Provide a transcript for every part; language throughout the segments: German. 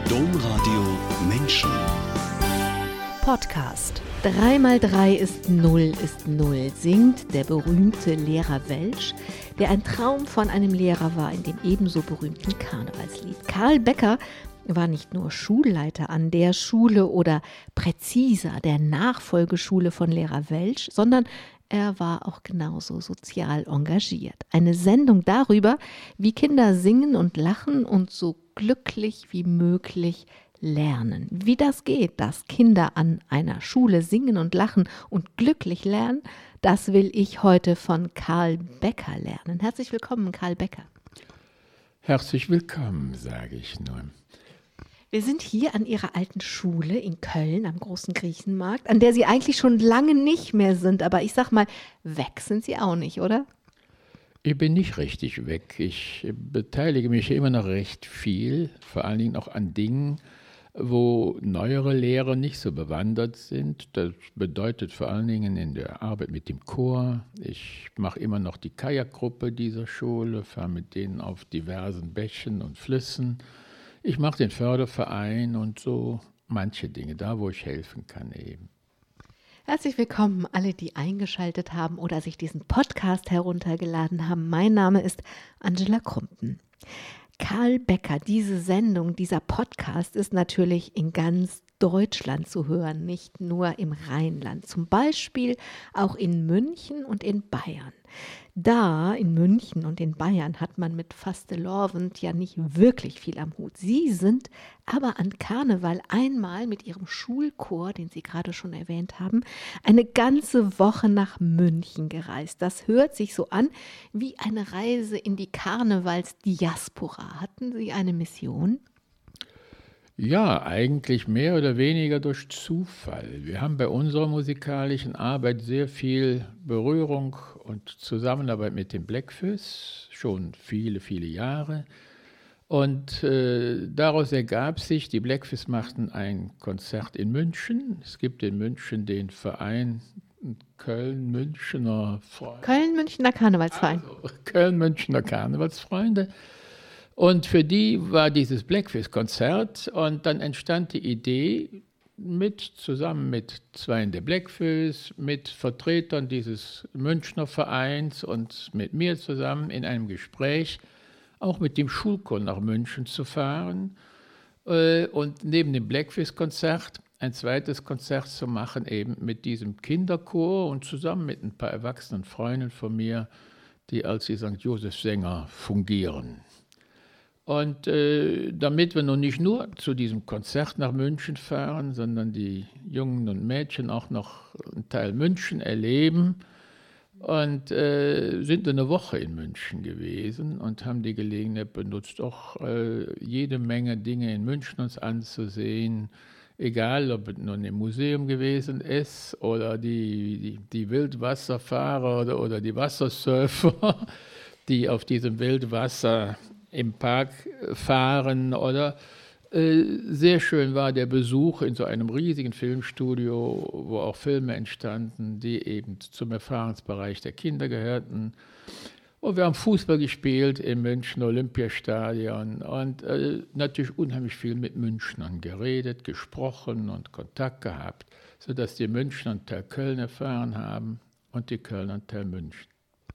Domradio Menschen Podcast. 3 mal 3 ist 0 singt der berühmte Lehrer Welsch, der ein Traum von einem Lehrer war in dem ebenso berühmten Karnevalslied. Karl Becker war nicht nur Schulleiter an der Schule oder präziser der Nachfolgeschule von Lehrer Welsch, sondern er war auch genauso sozial engagiert. Eine Sendung darüber, wie Kinder singen und lachen und so glücklich wie möglich lernen. Wie das geht, dass Kinder an einer Schule singen und lachen und glücklich lernen, das will ich heute von Karl Becker lernen. Herzlich willkommen, Karl Becker. Herzlich willkommen, sage ich nur. Wir sind hier an Ihrer alten Schule in Köln am Großen Griechenmarkt, an der Sie eigentlich schon lange nicht mehr sind. Aber ich sag mal, weg sind Sie auch nicht, oder? Ich bin nicht richtig weg. Ich beteilige mich immer noch recht viel, vor allen Dingen auch an Dingen, wo neuere Lehrer nicht so bewandert sind. Das bedeutet vor allen Dingen in der Arbeit mit dem Chor. Ich mache immer noch die Kajakgruppe dieser Schule, fahre mit denen auf diversen Bächen und Flüssen. Ich mache den Förderverein und so manche Dinge, da wo ich helfen kann eben. Herzlich willkommen, alle, die eingeschaltet haben oder sich diesen Podcast heruntergeladen haben. Mein Name ist Angela Krumpen. Karl Becker, diese Sendung, dieser Podcast ist natürlich in ganz Deutschland zu hören, nicht nur im Rheinland, zum Beispiel auch in München und in Bayern. Da, in München und in Bayern, hat man mit Fastelovend ja nicht wirklich viel am Hut. Sie sind aber an Karneval einmal mit Ihrem Schulchor, den Sie gerade schon erwähnt haben, eine ganze Woche nach München gereist. Das hört sich so an wie eine Reise in die Karnevalsdiaspora. Hatten Sie eine Mission? Ja, eigentlich mehr oder weniger durch Zufall. Wir haben bei unserer musikalischen Arbeit sehr viel Berührung und Zusammenarbeit mit dem Bläckfüß, schon viele, viele Jahre. Und daraus ergab sich, die Bläckfüß machten ein Konzert in München. Es gibt in München den Verein Köln-Münchener Freunde. Köln-Münchener Karnevalsverein. Also, Köln-Münchener Karnevalsfreunde. Und für die war dieses Bläckfüß-Konzert und dann entstand die Idee, zusammen mit zweien der Bläckfüß, mit Vertretern dieses Münchner Vereins und mit mir zusammen in einem Gespräch auch mit dem Schulchor nach München zu fahren und neben dem Bläckfüß-Konzert ein zweites Konzert zu machen, eben mit diesem Kinderchor und zusammen mit ein paar erwachsenen Freunden von mir, die als die St. Joseph-Sänger fungieren. Und damit wir nun nicht nur zu diesem Konzert nach München fahren, sondern die Jungen und Mädchen auch noch einen Teil München erleben und sind eine Woche in München gewesen und haben die Gelegenheit benutzt, auch jede Menge Dinge in München uns anzusehen, egal ob es nun im Museum gewesen ist oder die Wildwasserfahrer oder die Wassersurfer, die auf diesem Wildwasser im Park fahren oder sehr schön war der Besuch in so einem riesigen Filmstudio, wo auch Filme entstanden, die eben zum Erfahrungsbereich der Kinder gehörten. Und wir haben Fußball gespielt im Münchner Olympiastadion und natürlich unheimlich viel mit Münchnern geredet, gesprochen und Kontakt gehabt, sodass die Münchner einen Teil Köln erfahren haben und die Kölner einen Teil München.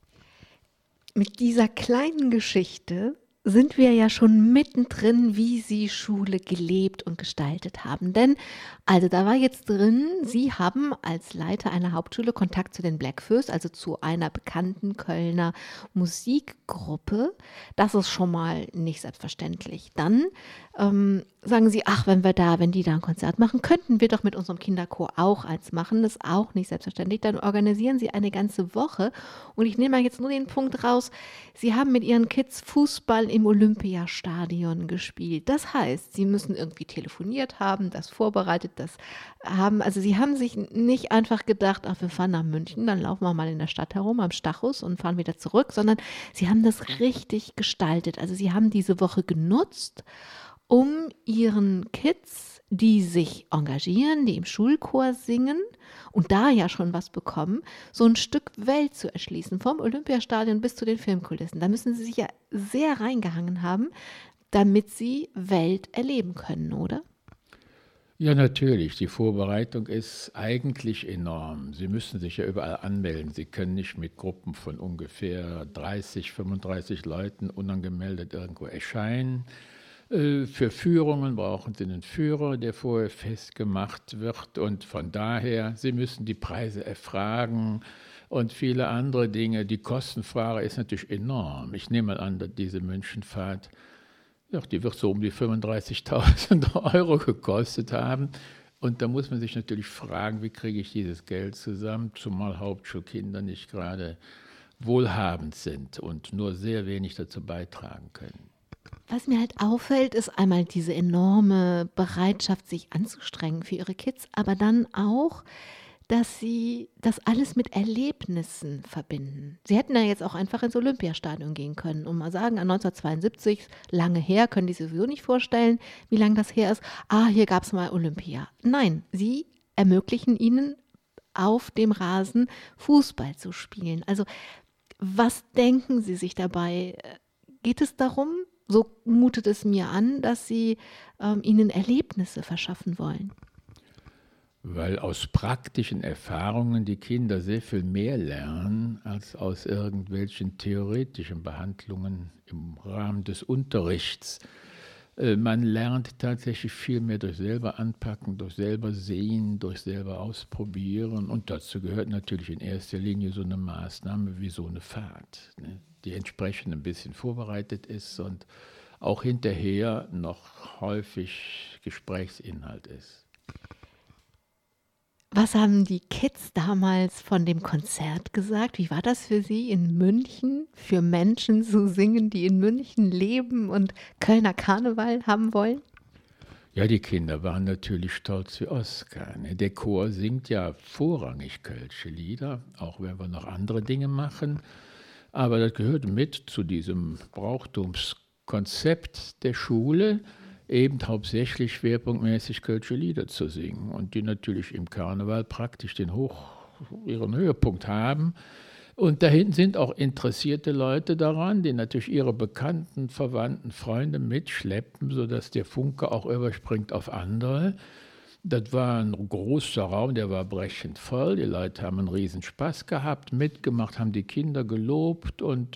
Mit dieser kleinen Geschichte sind wir ja schon mittendrin, wie Sie Schule gelebt und gestaltet haben. Denn, also da war jetzt drin, Sie haben als Leiter einer Hauptschule Kontakt zu den Bläckfüß, also zu einer bekannten Kölner Musikgruppe. Das ist schon mal nicht selbstverständlich. Dann sagen Sie, ach, wenn die da ein Konzert machen, könnten wir doch mit unserem Kinderchor auch eins machen. Das ist auch nicht selbstverständlich. Dann organisieren Sie eine ganze Woche. Und ich nehme mal jetzt nur den Punkt raus, Sie haben mit Ihren Kids Fußball im Olympiastadion gespielt. Das heißt, Sie müssen irgendwie telefoniert haben, das vorbereitet, also Sie haben sich nicht einfach gedacht, ach, wir fahren nach München, dann laufen wir mal in der Stadt herum am Stachus und fahren wieder zurück, sondern Sie haben das richtig gestaltet. Also Sie haben diese Woche genutzt, um Ihren Kids, die sich engagieren, die im Schulchor singen und da ja schon was bekommen, so ein Stück Welt zu erschließen, vom Olympiastadion bis zu den Filmkulissen. Da müssen Sie sich ja sehr reingehangen haben. damit sie Welt erleben können, oder? Ja, natürlich. Die Vorbereitung ist eigentlich enorm. Sie müssen sich ja überall anmelden. Sie können nicht mit Gruppen von ungefähr 30, 35 Leuten unangemeldet irgendwo erscheinen. Für Führungen brauchen Sie einen Führer, der vorher festgemacht wird. Und von daher, Sie müssen die Preise erfragen und viele andere Dinge. Die Kostenfrage ist natürlich enorm. Ich nehme mal an, dass diese Münchenfahrt, ja, die wird so um die 35.000 Euro gekostet haben. Und da muss man sich natürlich fragen, wie kriege ich dieses Geld zusammen, zumal Hauptschulkinder nicht gerade wohlhabend sind und nur sehr wenig dazu beitragen können. Was mir halt auffällt, ist einmal diese enorme Bereitschaft, sich anzustrengen für ihre Kids, aber dann auch, dass sie das alles mit Erlebnissen verbinden. Sie hätten ja jetzt auch einfach ins Olympiastadion gehen können und mal sagen, 1972, lange her, können die sich sowieso nicht vorstellen, wie lange das her ist. Hier gab es mal Olympia. Nein, sie ermöglichen ihnen, auf dem Rasen Fußball zu spielen. Also, was denken Sie sich dabei? Geht es darum, so mutet es mir an, dass Sie ihnen Erlebnisse verschaffen wollen? Weil aus praktischen Erfahrungen die Kinder sehr viel mehr lernen als aus irgendwelchen theoretischen Behandlungen im Rahmen des Unterrichts. Man lernt tatsächlich viel mehr durch selber anpacken, durch selber sehen, durch selber ausprobieren. Und dazu gehört natürlich in erster Linie so eine Maßnahme wie so eine Fahrt, ne, die entsprechend ein bisschen vorbereitet ist und auch hinterher noch häufig Gesprächsinhalt ist. Was haben die Kids damals von dem Konzert gesagt? Wie war das für Sie in München, für Menschen zu singen, die in München leben und Kölner Karneval haben wollen? Ja, die Kinder waren natürlich stolz wie Oskar, ne? Der Chor singt ja vorrangig kölsche Lieder, auch wenn wir noch andere Dinge machen. Aber das gehört mit zu diesem Brauchtumskonzept der Schule, eben hauptsächlich schwerpunktmäßig kölsche Lieder zu singen und die natürlich im Karneval praktisch ihren Höhepunkt haben. Und da hinten sind auch interessierte Leute daran, die natürlich ihre Bekannten, Verwandten, Freunde mitschleppen, sodass der Funke auch überspringt auf andere. Das war ein großer Raum, der war brechend voll. Die Leute haben einen riesen Spaß gehabt, mitgemacht, haben die Kinder gelobt und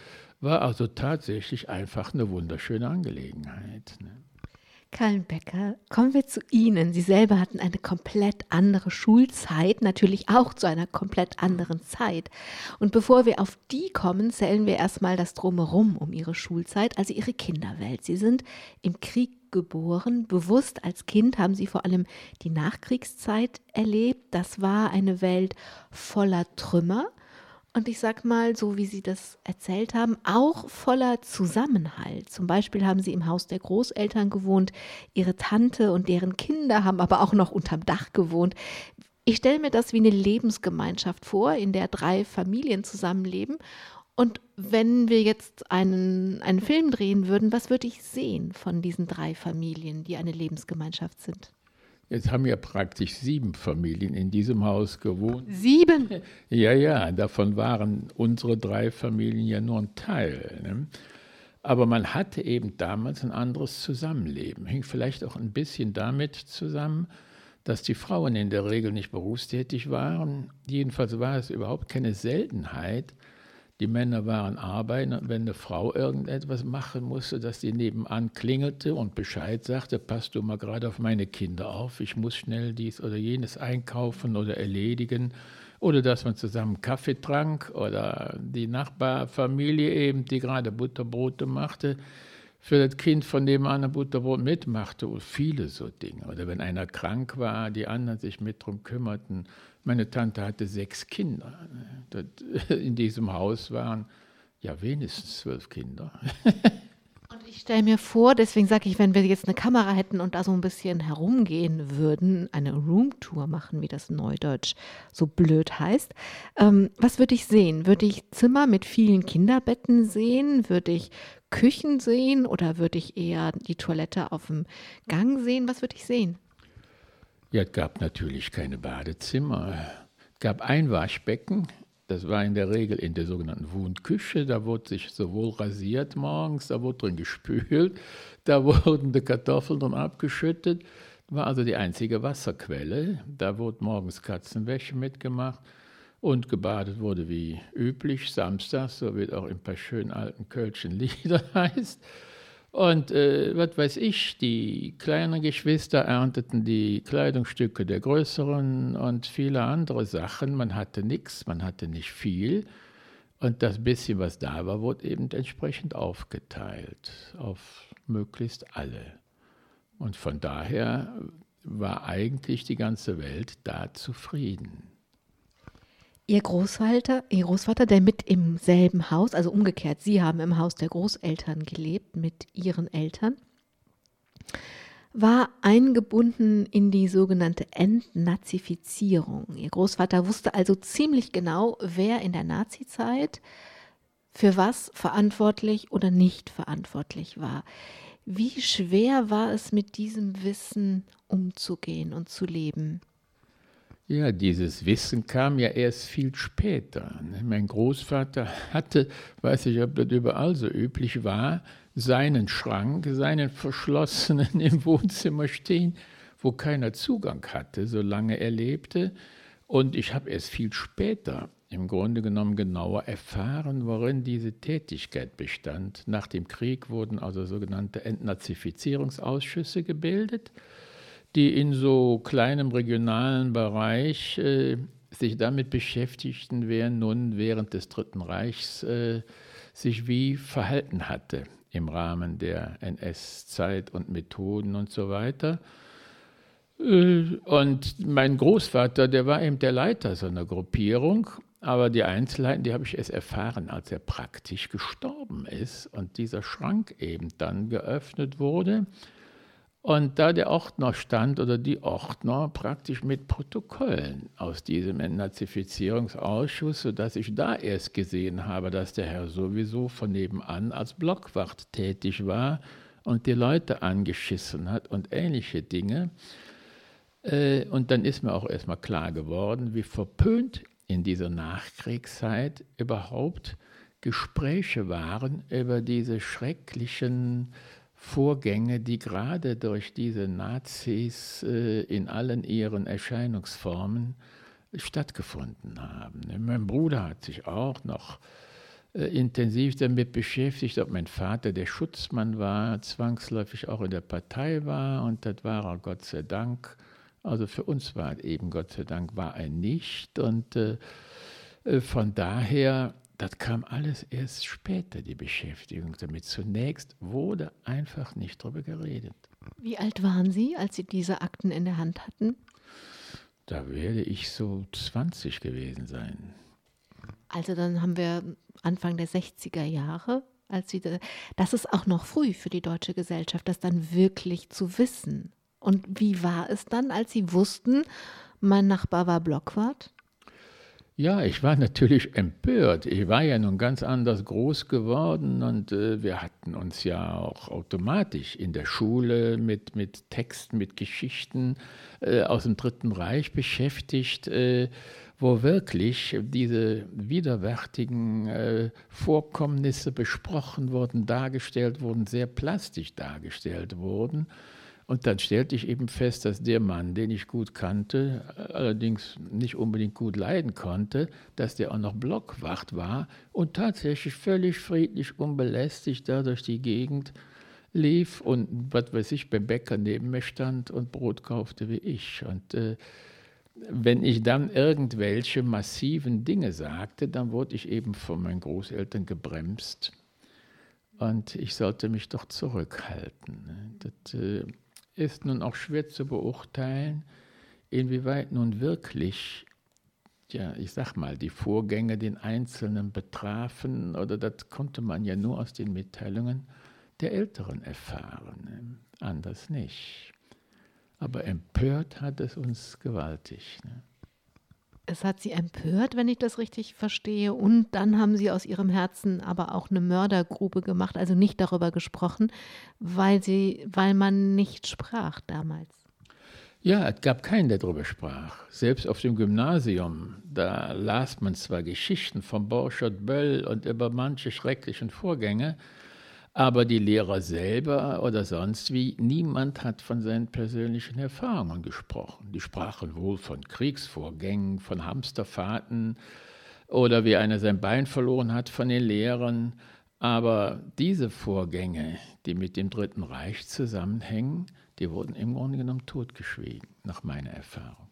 war also tatsächlich einfach eine wunderschöne Angelegenheit, ne? Karl Becker, kommen wir zu Ihnen. Sie selber hatten eine komplett andere Schulzeit, natürlich auch zu einer komplett anderen Zeit. Und bevor wir auf die kommen, zählen wir erstmal das Drumherum um Ihre Schulzeit, also Ihre Kinderwelt. Sie sind im Krieg geboren. Bewusst als Kind haben Sie vor allem die Nachkriegszeit erlebt. Das war eine Welt voller Trümmer. Und ich sag mal, so wie Sie das erzählt haben, auch voller Zusammenhalt. Zum Beispiel haben Sie im Haus der Großeltern gewohnt, Ihre Tante und deren Kinder haben aber auch noch unterm Dach gewohnt. Ich stelle mir das wie eine Lebensgemeinschaft vor, in der 3 Familien zusammenleben. Und wenn wir jetzt einen Film drehen würden, was würde ich sehen von diesen 3 Familien, die eine Lebensgemeinschaft sind? Jetzt haben ja praktisch 7 Familien in diesem Haus gewohnt. 7? Ja, davon waren unsere 3 Familien ja nur ein Teil, ne? Aber man hatte eben damals ein anderes Zusammenleben. Hing vielleicht auch ein bisschen damit zusammen, dass die Frauen in der Regel nicht berufstätig waren. Jedenfalls war es überhaupt keine Seltenheit. Die Männer waren arbeiten und wenn eine Frau irgendetwas machen musste, dass die nebenan klingelte und Bescheid sagte, passt du mal gerade auf meine Kinder auf, ich muss schnell dies oder jenes einkaufen oder erledigen. Oder dass man zusammen Kaffee trank oder die Nachbarfamilie eben, die gerade Butterbrote machte, für das Kind von nebenan ein Butterbrot mitmachte und viele so Dinge. Oder wenn einer krank war, die anderen sich mit drum kümmerten. Meine Tante hatte 6 Kinder. In diesem Haus waren ja wenigstens 12 Kinder. Und ich stelle mir vor, deswegen sage ich, wenn wir jetzt eine Kamera hätten und da so ein bisschen herumgehen würden, eine Roomtour machen, wie das Neudeutsch so blöd heißt, was würde ich sehen? Würde ich Zimmer mit vielen Kinderbetten sehen? Würde ich Küchen sehen oder würde ich eher die Toilette auf dem Gang sehen? Was würde ich sehen? Ja, es gab natürlich keine Badezimmer. Es gab ein Waschbecken Das war in der Regel in der sogenannten Wohnküche. Da wurde sich sowohl rasiert morgens, da wurde drin gespült, da wurden die Kartoffeln drin abgeschüttet. War also die einzige Wasserquelle. Da wurde morgens Katzenwäsche mitgemacht und gebadet wurde wie üblich samstags, so wie es auch in ein paar schönen alten Kölschen Lieder heißt. Und was weiß ich, die kleinen Geschwister ernteten die Kleidungsstücke der Größeren und viele andere Sachen. Man hatte nichts, man hatte nicht viel. Und das bisschen, was da war, wurde eben entsprechend aufgeteilt auf möglichst alle. Und von daher war eigentlich die ganze Welt da zufrieden. Ihr Großvater, der mit im selben Haus, also umgekehrt, Sie haben im Haus der Großeltern gelebt mit Ihren Eltern, war eingebunden in die sogenannte Entnazifizierung. Ihr Großvater wusste also ziemlich genau, wer in der Nazizeit für was verantwortlich oder nicht verantwortlich war. Wie schwer war es, mit diesem Wissen umzugehen und zu leben? Ja, dieses Wissen kam ja erst viel später. Mein Großvater hatte, weiß ich, ob das überall so üblich war, seinen Schrank, seinen verschlossenen im Wohnzimmer stehen, wo keiner Zugang hatte, solange er lebte. Und ich habe erst viel später im Grunde genommen genauer erfahren, worin diese Tätigkeit bestand. Nach dem Krieg wurden also sogenannte Entnazifizierungsausschüsse gebildet, die in so kleinem regionalen Bereich sich damit beschäftigten, wer nun während des Dritten Reichs sich wie verhalten hatte im Rahmen der NS-Zeit und Methoden und so weiter. Und mein Großvater, der war eben der Leiter so einer Gruppierung, aber die Einzelheiten, die habe ich erst erfahren, als er praktisch gestorben ist und dieser Schrank eben dann geöffnet wurde. Und da der Ordner stand oder die Ordner praktisch mit Protokollen aus diesem Entnazifizierungsausschuss, sodass ich da erst gesehen habe, dass der Herr sowieso von nebenan als Blockwacht tätig war und die Leute angeschissen hat und ähnliche Dinge. Und dann ist mir auch erstmal klar geworden, wie verpönt in dieser Nachkriegszeit überhaupt Gespräche waren über diese schrecklichen Vorgänge, die gerade durch diese Nazis in allen ihren Erscheinungsformen stattgefunden haben. Mein Bruder hat sich auch noch intensiv damit beschäftigt, ob mein Vater, der Schutzmann war, zwangsläufig auch in der Partei war, und das war er, Gott sei Dank. Also für uns war es eben, Gott sei Dank, war er nicht, und von daher, das kam alles erst später, die Beschäftigung damit. Zunächst wurde einfach nicht darüber geredet. Wie alt waren Sie, als Sie diese Akten in der Hand hatten? Da werde ich so 20 gewesen sein. Also dann haben wir Anfang der 60er Jahre. Das ist auch noch früh für die deutsche Gesellschaft, das dann wirklich zu wissen. Und wie war es dann, als Sie wussten, mein Nachbar war Blockwart? Ja, ich war natürlich empört. Ich war ja nun ganz anders groß geworden, und wir hatten uns ja auch automatisch in der Schule mit Texten, mit Geschichten aus dem Dritten Reich beschäftigt, wo wirklich diese widerwärtigen Vorkommnisse besprochen wurden, dargestellt wurden, sehr plastisch dargestellt wurden. Und dann stellte ich eben fest, dass der Mann, den ich gut kannte, allerdings nicht unbedingt gut leiden konnte, dass der auch noch Blockwacht war und tatsächlich völlig friedlich, unbelästigt da durch die Gegend lief und, was weiß ich, beim Bäcker neben mir stand und Brot kaufte wie ich. Und wenn ich dann irgendwelche massiven Dinge sagte, dann wurde ich eben von meinen Großeltern gebremst und ich sollte mich doch zurückhalten. Das ist nun auch schwer zu beurteilen, inwieweit nun wirklich, ja, ich sag mal, die Vorgänge den Einzelnen betrafen, oder das konnte man ja nur aus den Mitteilungen der Älteren erfahren, anders nicht. Aber empört hat es uns gewaltig. Es hat Sie empört, wenn ich das richtig verstehe. Und dann haben Sie aus Ihrem Herzen aber auch eine Mördergrube gemacht, also nicht darüber gesprochen, weil man nicht sprach damals. Ja, es gab keinen, der darüber sprach. Selbst auf dem Gymnasium, da las man zwar Geschichten von Borchert Böll und über manche schrecklichen Vorgänge, aber die Lehrer selber oder sonst wie, niemand hat von seinen persönlichen Erfahrungen gesprochen. Die sprachen wohl von Kriegsvorgängen, von Hamsterfahrten oder wie einer sein Bein verloren hat von den Lehrern. Aber diese Vorgänge, die mit dem Dritten Reich zusammenhängen, die wurden im Grunde genommen totgeschwiegen, nach meiner Erfahrung.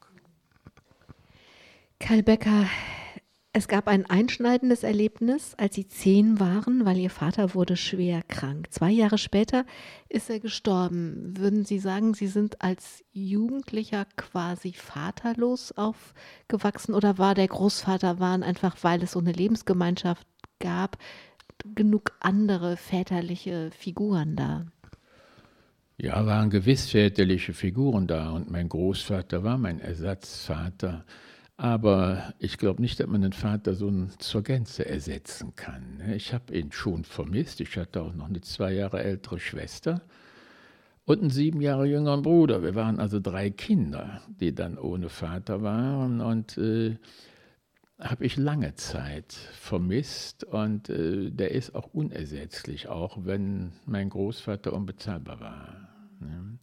Karl Becker, es gab ein einschneidendes Erlebnis, als Sie 10 waren, weil Ihr Vater wurde schwer krank. 2 Jahre später ist er gestorben. Würden Sie sagen, Sie sind als Jugendlicher quasi vaterlos aufgewachsen oder war der Großvater, waren einfach, weil es so eine Lebensgemeinschaft gab, genug andere väterliche Figuren da? Ja, waren gewiss väterliche Figuren da und mein Großvater war mein Ersatzvater. Aber ich glaube nicht, dass man den Vater so zur Gänze ersetzen kann. Ich habe ihn schon vermisst. Ich hatte auch noch eine 2 Jahre ältere Schwester und einen 7 Jahre jüngeren Bruder. Wir waren also 3 Kinder, die dann ohne Vater waren und habe ich lange Zeit vermisst und der ist auch unersetzlich, auch wenn mein Großvater unbezahlbar war. Ne?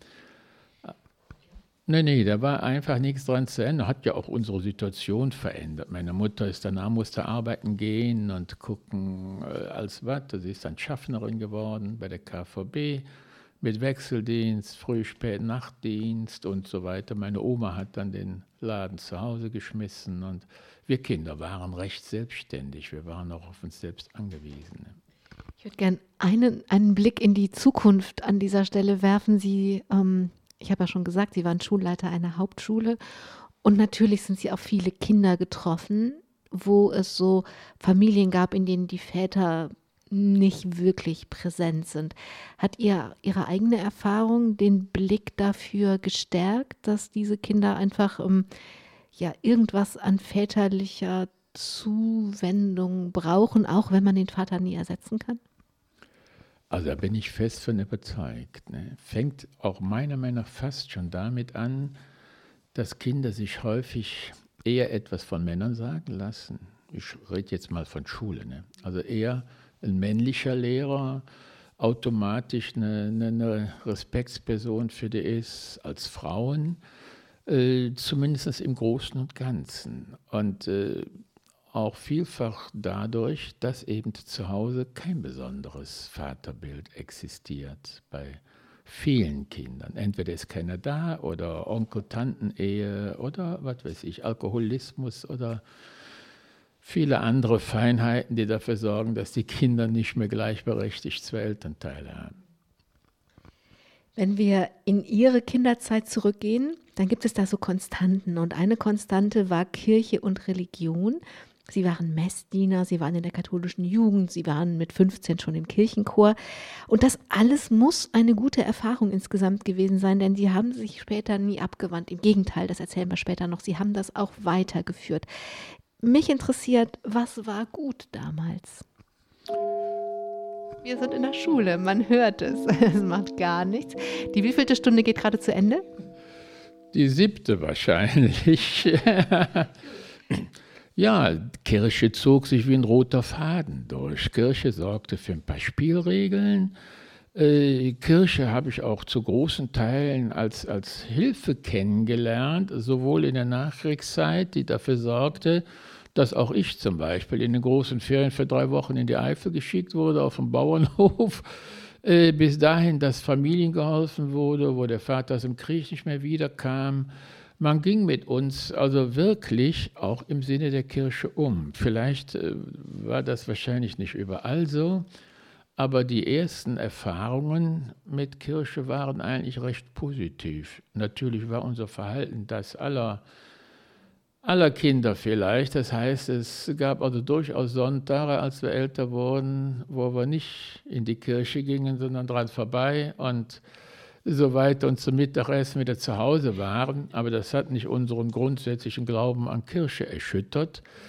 Nee, da war einfach nichts dran zu ändern. Hat ja auch unsere Situation verändert. Meine Mutter ist danach, musste arbeiten gehen und gucken, als was. Sie ist dann Schaffnerin geworden bei der KVB mit Wechseldienst, Früh-, Spät-, Nachtdienst und so weiter. Meine Oma hat dann den Laden zu Hause geschmissen und wir Kinder waren recht selbstständig. Wir waren auch auf uns selbst angewiesen. Ich würde gerne einen Blick in die Zukunft an dieser Stelle werfen. Sie ich habe ja schon gesagt, Sie waren Schulleiter einer Hauptschule und natürlich sind Sie auf viele Kinder getroffen, wo es so Familien gab, in denen die Väter nicht wirklich präsent sind. Hat Ihre eigene Erfahrung den Blick dafür gestärkt, dass diese Kinder einfach irgendwas an väterlicher Zuwendung brauchen, auch wenn man den Vater nie ersetzen kann? Also da bin ich fest von überzeugt. Ne? Fängt auch meiner Meinung nach fast schon damit an, dass Kinder sich häufig eher etwas von Männern sagen lassen. Ich rede jetzt mal von Schule. Ne? Also eher ein männlicher Lehrer automatisch eine Respektsperson für die ist als Frauen, zumindest im Großen und Ganzen. Und auch vielfach dadurch, dass eben zu Hause kein besonderes Vaterbild existiert bei vielen Kindern. Entweder ist keiner da oder Onkel-Tanten-Ehe oder was weiß ich, Alkoholismus oder viele andere Feinheiten, die dafür sorgen, dass die Kinder nicht mehr gleichberechtigt 2 Elternteile haben. Wenn wir in Ihre Kinderzeit zurückgehen, dann gibt es da so Konstanten. Und eine Konstante war Kirche und Religion. Sie waren Messdiener, Sie waren in der katholischen Jugend, Sie waren mit 15 schon im Kirchenchor. Und das alles muss eine gute Erfahrung insgesamt gewesen sein, denn Sie haben sich später nie abgewandt. Im Gegenteil, das erzählen wir später noch, Sie haben das auch weitergeführt. Mich interessiert, was war gut damals? Wir sind in der Schule, man hört es. Es macht gar nichts. Die wievielte Stunde geht gerade zu Ende? Die 7. wahrscheinlich. Ja, Kirche zog sich wie ein roter Faden durch. Kirche sorgte für ein paar Spielregeln. Kirche habe ich auch zu großen Teilen als Hilfe kennengelernt, sowohl in der Nachkriegszeit, die dafür sorgte, dass auch ich zum Beispiel in den großen Ferien für 3 Wochen in die Eifel geschickt wurde, auf dem Bauernhof, bis dahin, dass Familien geholfen wurde, wo der Vater aus dem Krieg nicht mehr wiederkam. Man ging mit uns also wirklich auch im Sinne der Kirche um. Vielleicht war das wahrscheinlich nicht überall so, aber die ersten Erfahrungen mit Kirche waren eigentlich recht positiv. Natürlich war unser Verhalten das aller Kinder vielleicht. Das heißt, es gab also durchaus Sonntage, als wir älter wurden, wo wir nicht in die Kirche gingen, sondern dran vorbei und so weiter und zum Mittagessen wieder zu Hause waren. Aber das hat nicht unseren grundsätzlichen Glauben an Kirche erschüttert.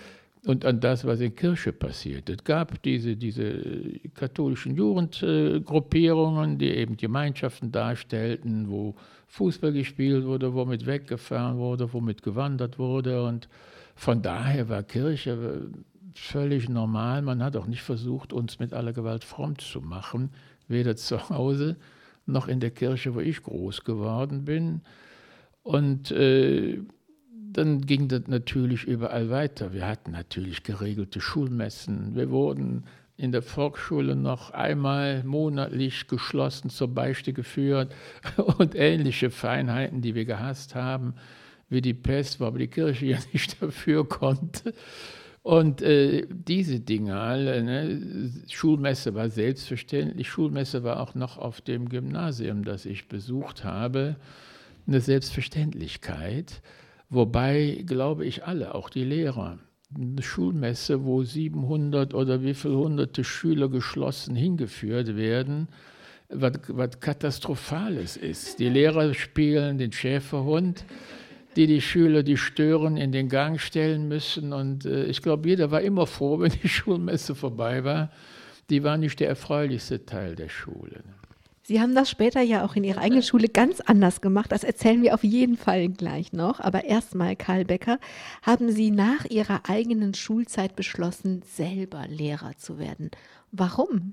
und an das, was in Kirche passiert. Es gab diese katholischen Jugendgruppierungen, die eben Gemeinschaften darstellten, wo Fußball gespielt wurde, wo mit weggefahren wurde, wo mit gewandert wurde. Und von daher war Kirche völlig normal. Man hat auch nicht versucht, uns mit aller Gewalt fromm zu machen, weder zu Hause noch in der Kirche, wo ich groß geworden bin. Und dann ging das natürlich überall weiter. Wir hatten natürlich geregelte Schulmessen. Wir wurden in der Volksschule noch einmal monatlich geschlossen zur Beichte geführt und ähnliche Feinheiten, die wir gehasst haben, wie die Pest, wo aber die Kirche ja nicht dafür konnte. Und diese Dinge alle, ne? Schulmesse war selbstverständlich. Schulmesse war auch noch auf dem Gymnasium, das ich besucht habe, eine Selbstverständlichkeit. Wobei, glaube ich, alle, auch die Lehrer, eine Schulmesse, wo 700 oder wie viele hunderte Schüler geschlossen hingeführt werden, was Katastrophales ist. Die Lehrer spielen den Schäferhund, die Schüler, die stören, in den Gang stellen müssen. Und ich glaube, jeder war immer froh, wenn die Schulmesse vorbei war. Die war nicht der erfreulichste Teil der Schule. Sie haben das später ja auch in Ihrer eigenen Schule ganz anders gemacht. Das erzählen wir auf jeden Fall gleich noch. Aber erstmal, Karl Becker, haben Sie nach Ihrer eigenen Schulzeit beschlossen, selber Lehrer zu werden. Warum?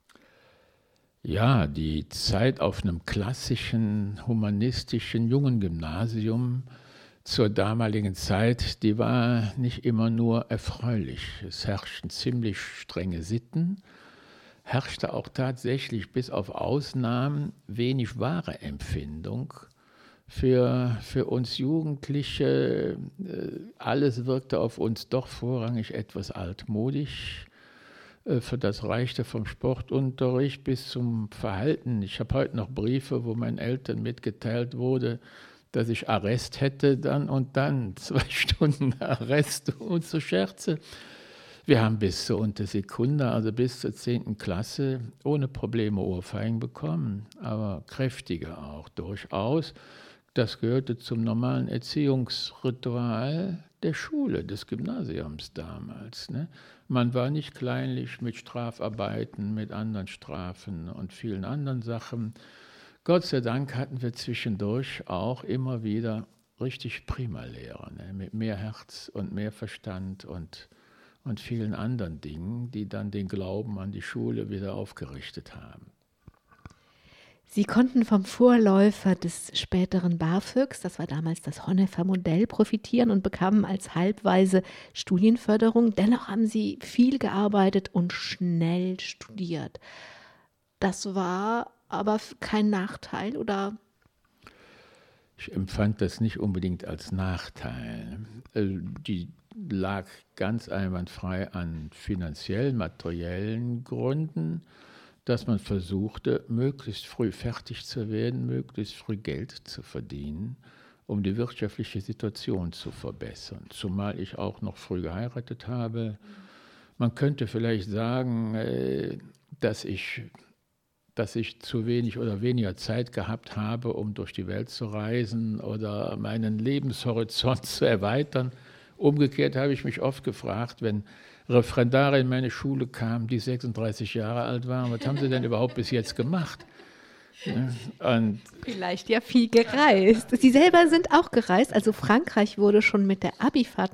Ja, die Zeit auf einem klassischen, humanistischen Jungen-Gymnasium zur damaligen Zeit, die war nicht immer nur erfreulich. Es herrschten ziemlich strenge Sitten. Herrschte auch tatsächlich bis auf Ausnahmen wenig wahre Empfindung für uns Jugendliche. Alles wirkte auf uns doch vorrangig etwas altmodisch. Für das reichte vom Sportunterricht bis zum Verhalten. Ich habe heute noch Briefe, wo meinen Eltern mitgeteilt wurde, dass ich Arrest hätte, dann und dann 2 Stunden Arrest und so Scherze. Wir haben bis zur Untersekunde, also bis zur 10. Klasse, ohne Probleme Ohrfeigen bekommen, aber kräftige auch durchaus. Das gehörte zum normalen Erziehungsritual der Schule, des Gymnasiums damals. Ne? Man war nicht kleinlich mit Strafarbeiten, mit anderen Strafen und vielen anderen Sachen. Gott sei Dank hatten wir zwischendurch auch immer wieder richtig prima Lehrer, ne? Mit mehr Herz und mehr Verstand und vielen anderen Dingen, die dann den Glauben an die Schule wieder aufgerichtet haben. Sie konnten vom Vorläufer des späteren BAföGs, das war damals das Honnefer-Modell, profitieren und bekamen als halbweise Studienförderung. Dennoch haben Sie viel gearbeitet und schnell studiert. Das war aber kein Nachteil, oder? Ich empfand das nicht unbedingt als Nachteil. Die lag ganz einwandfrei an finanziellen, materiellen Gründen, dass man versuchte, möglichst früh fertig zu werden, möglichst früh Geld zu verdienen, um die wirtschaftliche Situation zu verbessern. Zumal ich auch noch früh geheiratet habe. Man könnte vielleicht sagen, dass ich zu wenig oder weniger Zeit gehabt habe, um durch die Welt zu reisen oder meinen Lebenshorizont zu erweitern. Umgekehrt habe ich mich oft gefragt, wenn Referendare in meine Schule kamen, die 36 Jahre alt waren, was haben sie denn überhaupt bis jetzt gemacht? Und vielleicht ja viel gereist. Sie selber sind auch gereist. Also Frankreich wurde schon mit der Abifahrt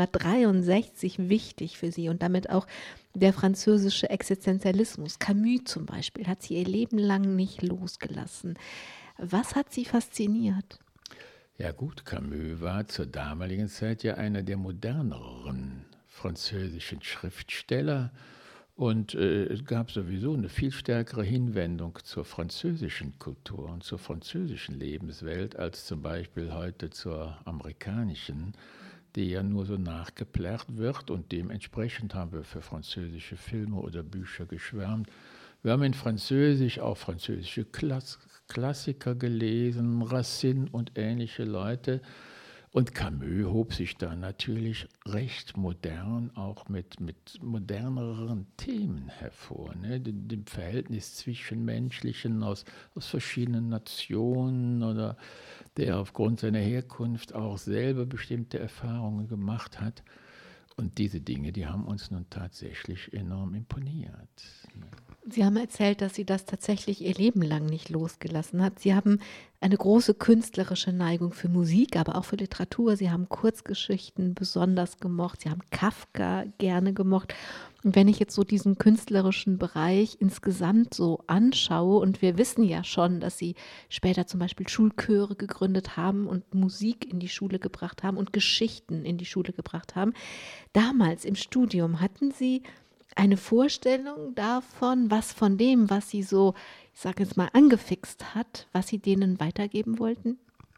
1963 wichtig für Sie und damit auch der französische Existenzialismus. Camus zum Beispiel hat Sie ihr Leben lang nicht losgelassen. Was hat Sie fasziniert? Ja gut, Camus war zur damaligen Zeit ja einer der moderneren französischen Schriftsteller und es gab sowieso eine viel stärkere Hinwendung zur französischen Kultur und zur französischen Lebenswelt als zum Beispiel heute zur amerikanischen, die ja nur so nachgeplärrt wird und dementsprechend haben wir für französische Filme oder Bücher geschwärmt. Wir haben in Französisch auch französische Klassiker gelesen, Racine und ähnliche Leute. Und Camus hob sich da natürlich recht modern, auch mit moderneren Themen hervor. Ne? Dem Verhältnis Zwischenmenschlichen aus verschiedenen Nationen oder der aufgrund seiner Herkunft auch selber bestimmte Erfahrungen gemacht hat. Und diese Dinge, die haben uns nun tatsächlich enorm imponiert. Sie haben erzählt, dass Sie das tatsächlich Ihr Leben lang nicht losgelassen hat. Sie haben eine große künstlerische Neigung für Musik, aber auch für Literatur. Sie haben Kurzgeschichten besonders gemocht. Sie haben Kafka gerne gemocht. Und wenn ich jetzt so diesen künstlerischen Bereich insgesamt so anschaue, und wir wissen ja schon, dass Sie später zum Beispiel Schulchöre gegründet haben und Musik in die Schule gebracht haben und Geschichten in die Schule gebracht haben. Damals im Studium hatten Sie eine Vorstellung davon, was von dem, was Sie so, ich sage jetzt mal, angefixt hat, was Sie denen weitergeben wollten?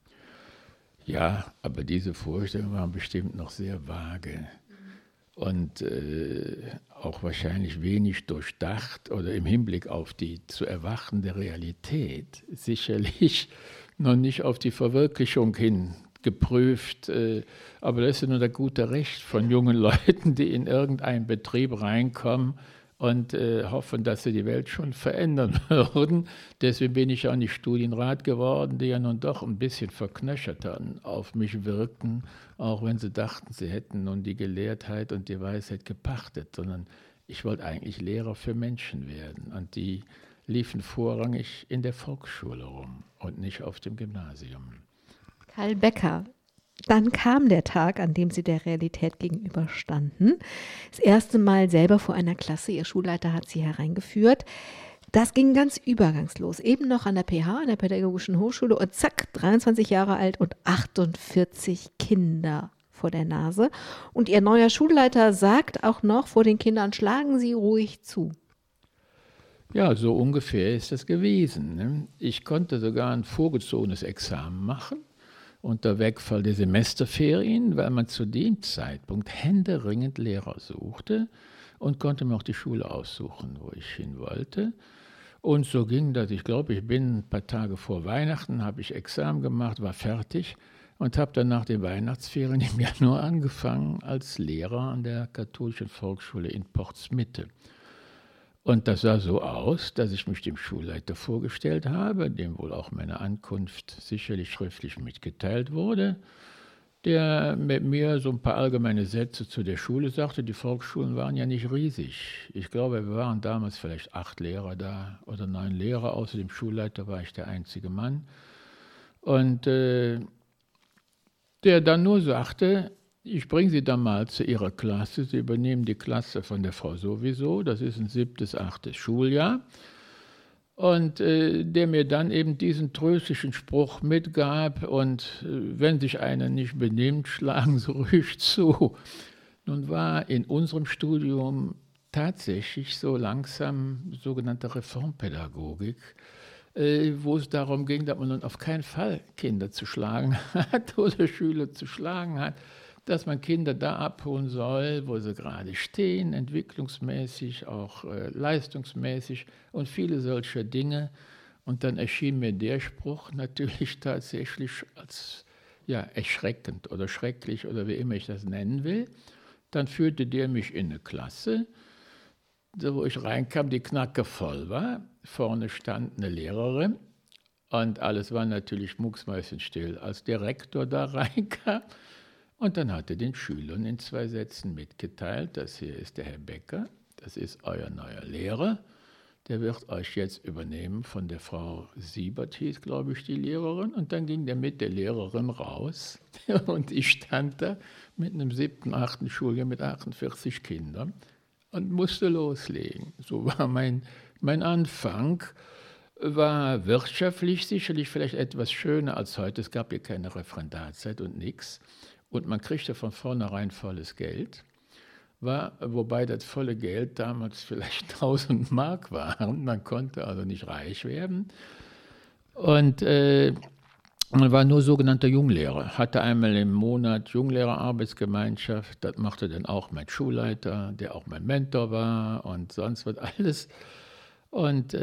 Ja, aber diese Vorstellungen waren bestimmt noch sehr vage und auch wahrscheinlich wenig durchdacht oder im Hinblick auf die zu erwachende Realität sicherlich noch nicht auf die Verwirklichung hin geprüft. Aber das ist nur der gute Recht von jungen Leuten, die in irgendeinen Betrieb reinkommen und hoffen, dass sie die Welt schon verändern würden. Deswegen bin ich auch nicht Studienrat geworden, die ja nun doch ein bisschen verknöcherter auf mich wirkten, auch wenn sie dachten, sie hätten nun die Gelehrtheit und die Weisheit gepachtet, sondern ich wollte eigentlich Lehrer für Menschen werden. Und die liefen vorrangig in der Volksschule rum und nicht auf dem Gymnasium. Karl Becker. Dann kam der Tag, an dem Sie der Realität gegenüberstanden. Das erste Mal selber vor einer Klasse. Ihr Schulleiter hat Sie hereingeführt. Das ging ganz übergangslos. Eben noch an der PH, an der Pädagogischen Hochschule. Und zack, 23 Jahre alt und 48 Kinder vor der Nase. Und Ihr neuer Schulleiter sagt auch noch vor den Kindern, schlagen Sie ruhig zu. Ja, so ungefähr ist das gewesen. Ne? Ich konnte sogar ein vorgezogenes Examen machen unter Wegfall der Semesterferien, weil man zu dem Zeitpunkt händeringend Lehrer suchte und konnte mir auch die Schule aussuchen, wo ich hin wollte. Und so ging das. Ich glaube, ich bin ein paar Tage vor Weihnachten, habe ich Examen gemacht, war fertig und habe dann nach den Weihnachtsferien im Januar angefangen als Lehrer an der Katholischen Volksschule in Portsmitte. Und das sah so aus, dass ich mich dem Schulleiter vorgestellt habe, dem wohl auch meine Ankunft sicherlich schriftlich mitgeteilt wurde, der mit mir so ein paar allgemeine Sätze zu der Schule sagte. Die Volksschulen waren ja nicht riesig. Ich glaube, wir waren damals vielleicht 8 Lehrer da oder 9 Lehrer. Außer dem Schulleiter war ich der einzige Mann. Und der dann nur sagte, ich bringe Sie dann mal zu Ihrer Klasse. Sie übernehmen die Klasse von der Frau sowieso. Das ist ein 7., 8. Schuljahr. Und der mir dann eben diesen tröstlichen Spruch mitgab. Und wenn sich einer nicht benimmt, schlagen Sie ruhig zu. Nun war in unserem Studium tatsächlich so langsam sogenannte Reformpädagogik, wo es darum ging, dass man nun auf keinen Fall Kinder zu schlagen hat oder Schüler zu schlagen hat, dass man Kinder da abholen soll, wo sie gerade stehen, entwicklungsmäßig, auch leistungsmäßig und viele solcher Dinge. Und dann erschien mir der Spruch natürlich tatsächlich als erschreckend oder schrecklich oder wie immer ich das nennen will. Dann führte der mich in eine Klasse, wo ich reinkam, die knackevoll war. Vorne stand eine Lehrerin und alles war natürlich mucksmäuschenstill, als der Rektor da reinkam. Und dann hat er den Schülern in 2 Sätzen mitgeteilt, das hier ist der Herr Becker, das ist euer neuer Lehrer, der wird euch jetzt übernehmen von der Frau Siebert, hieß, glaube ich, die Lehrerin. Und dann ging der mit der Lehrerin raus und ich stand da mit einem 7., 8. Schuljahr mit 48 Kindern und musste loslegen. So war mein Anfang. War wirtschaftlich sicherlich vielleicht etwas schöner als heute. Es gab hier keine Referendarzeit und nichts. Und man kriegte von vornherein volles Geld, wobei das volle Geld damals vielleicht 1000 Mark waren. Man konnte also nicht reich werden. Und man war nur sogenannter Junglehrer, hatte einmal im Monat Junglehrerarbeitsgemeinschaft. Das machte dann auch mein Schulleiter, der auch mein Mentor war und sonst was alles. Und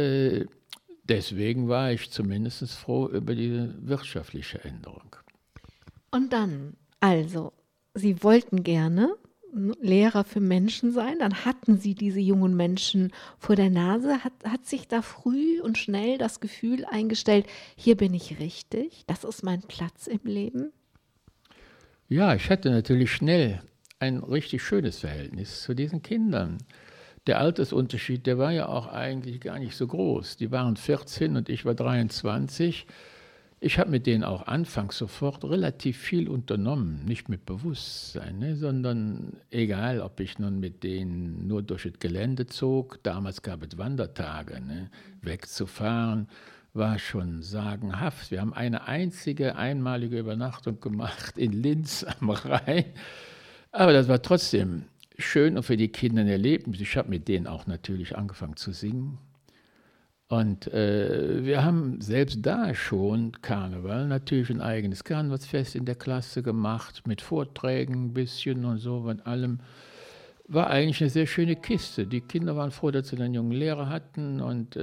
deswegen war ich zumindest froh über diese wirtschaftliche Änderung. Und dann, also, Sie wollten gerne Lehrer für Menschen sein, dann hatten Sie diese jungen Menschen vor der Nase. Hat sich da früh und schnell das Gefühl eingestellt, hier bin ich richtig, das ist mein Platz im Leben? Ja, ich hatte natürlich schnell ein richtig schönes Verhältnis zu diesen Kindern. Der Altersunterschied, der war ja auch eigentlich gar nicht so groß. Die waren 14 und ich war 23. Ich habe mit denen auch anfangs sofort relativ viel unternommen, nicht mit Bewusstsein, ne, sondern egal, ob ich nun mit denen nur durch das Gelände zog, damals gab es Wandertage, ne, wegzufahren, war schon sagenhaft. Wir haben eine einzige einmalige Übernachtung gemacht in Linz am Rhein, aber das war trotzdem schön und für die Kinder ein Erlebnis. Ich habe mit denen auch natürlich angefangen zu singen. Und wir haben selbst da schon Karneval, natürlich ein eigenes Karnevalsfest in der Klasse gemacht, mit Vorträgen ein bisschen und so, mit allem. War eigentlich eine sehr schöne Kiste. Die Kinder waren froh, dass sie einen jungen Lehrer hatten und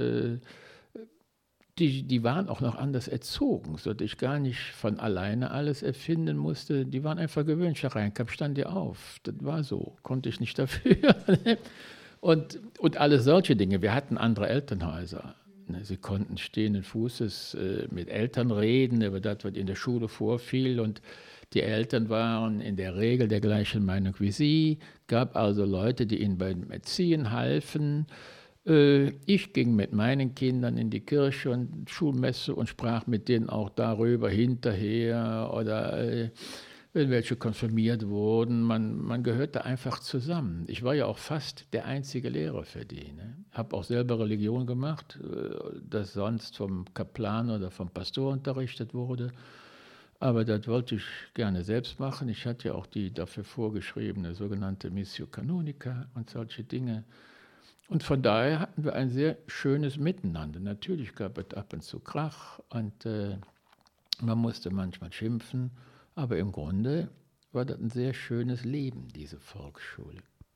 die waren auch noch anders erzogen, sodass ich gar nicht von alleine alles erfinden musste. Die waren einfach gewöhnt. Herr Reinkamp, stand dir auf. Das war so, konnte ich nicht dafür. Und alle solche Dinge. Wir hatten andere Elternhäuser. Sie konnten stehenden Fußes mit Eltern reden über das, was in der Schule vorfiel. Und die Eltern waren in der Regel der gleichen Meinung wie Sie. Gab also Leute, die ihnen beim Erziehen halfen. Ich ging mit meinen Kindern in die Kirche und Schulmesse und sprach mit denen auch darüber hinterher oder wenn welche konfirmiert wurden. Man gehörte einfach zusammen. Ich war ja auch fast der einzige Lehrer für die. Ne? Habe auch selber Religion gemacht, das sonst vom Kaplan oder vom Pastor unterrichtet wurde. Aber das wollte ich gerne selbst machen. Ich hatte ja auch die dafür vorgeschriebene sogenannte Missio Canonica und solche Dinge. Und von daher hatten wir ein sehr schönes Miteinander. Natürlich gab es ab und zu Krach und man musste manchmal schimpfen, aber im Grunde war das ein sehr schönes Leben, diese Volksschule.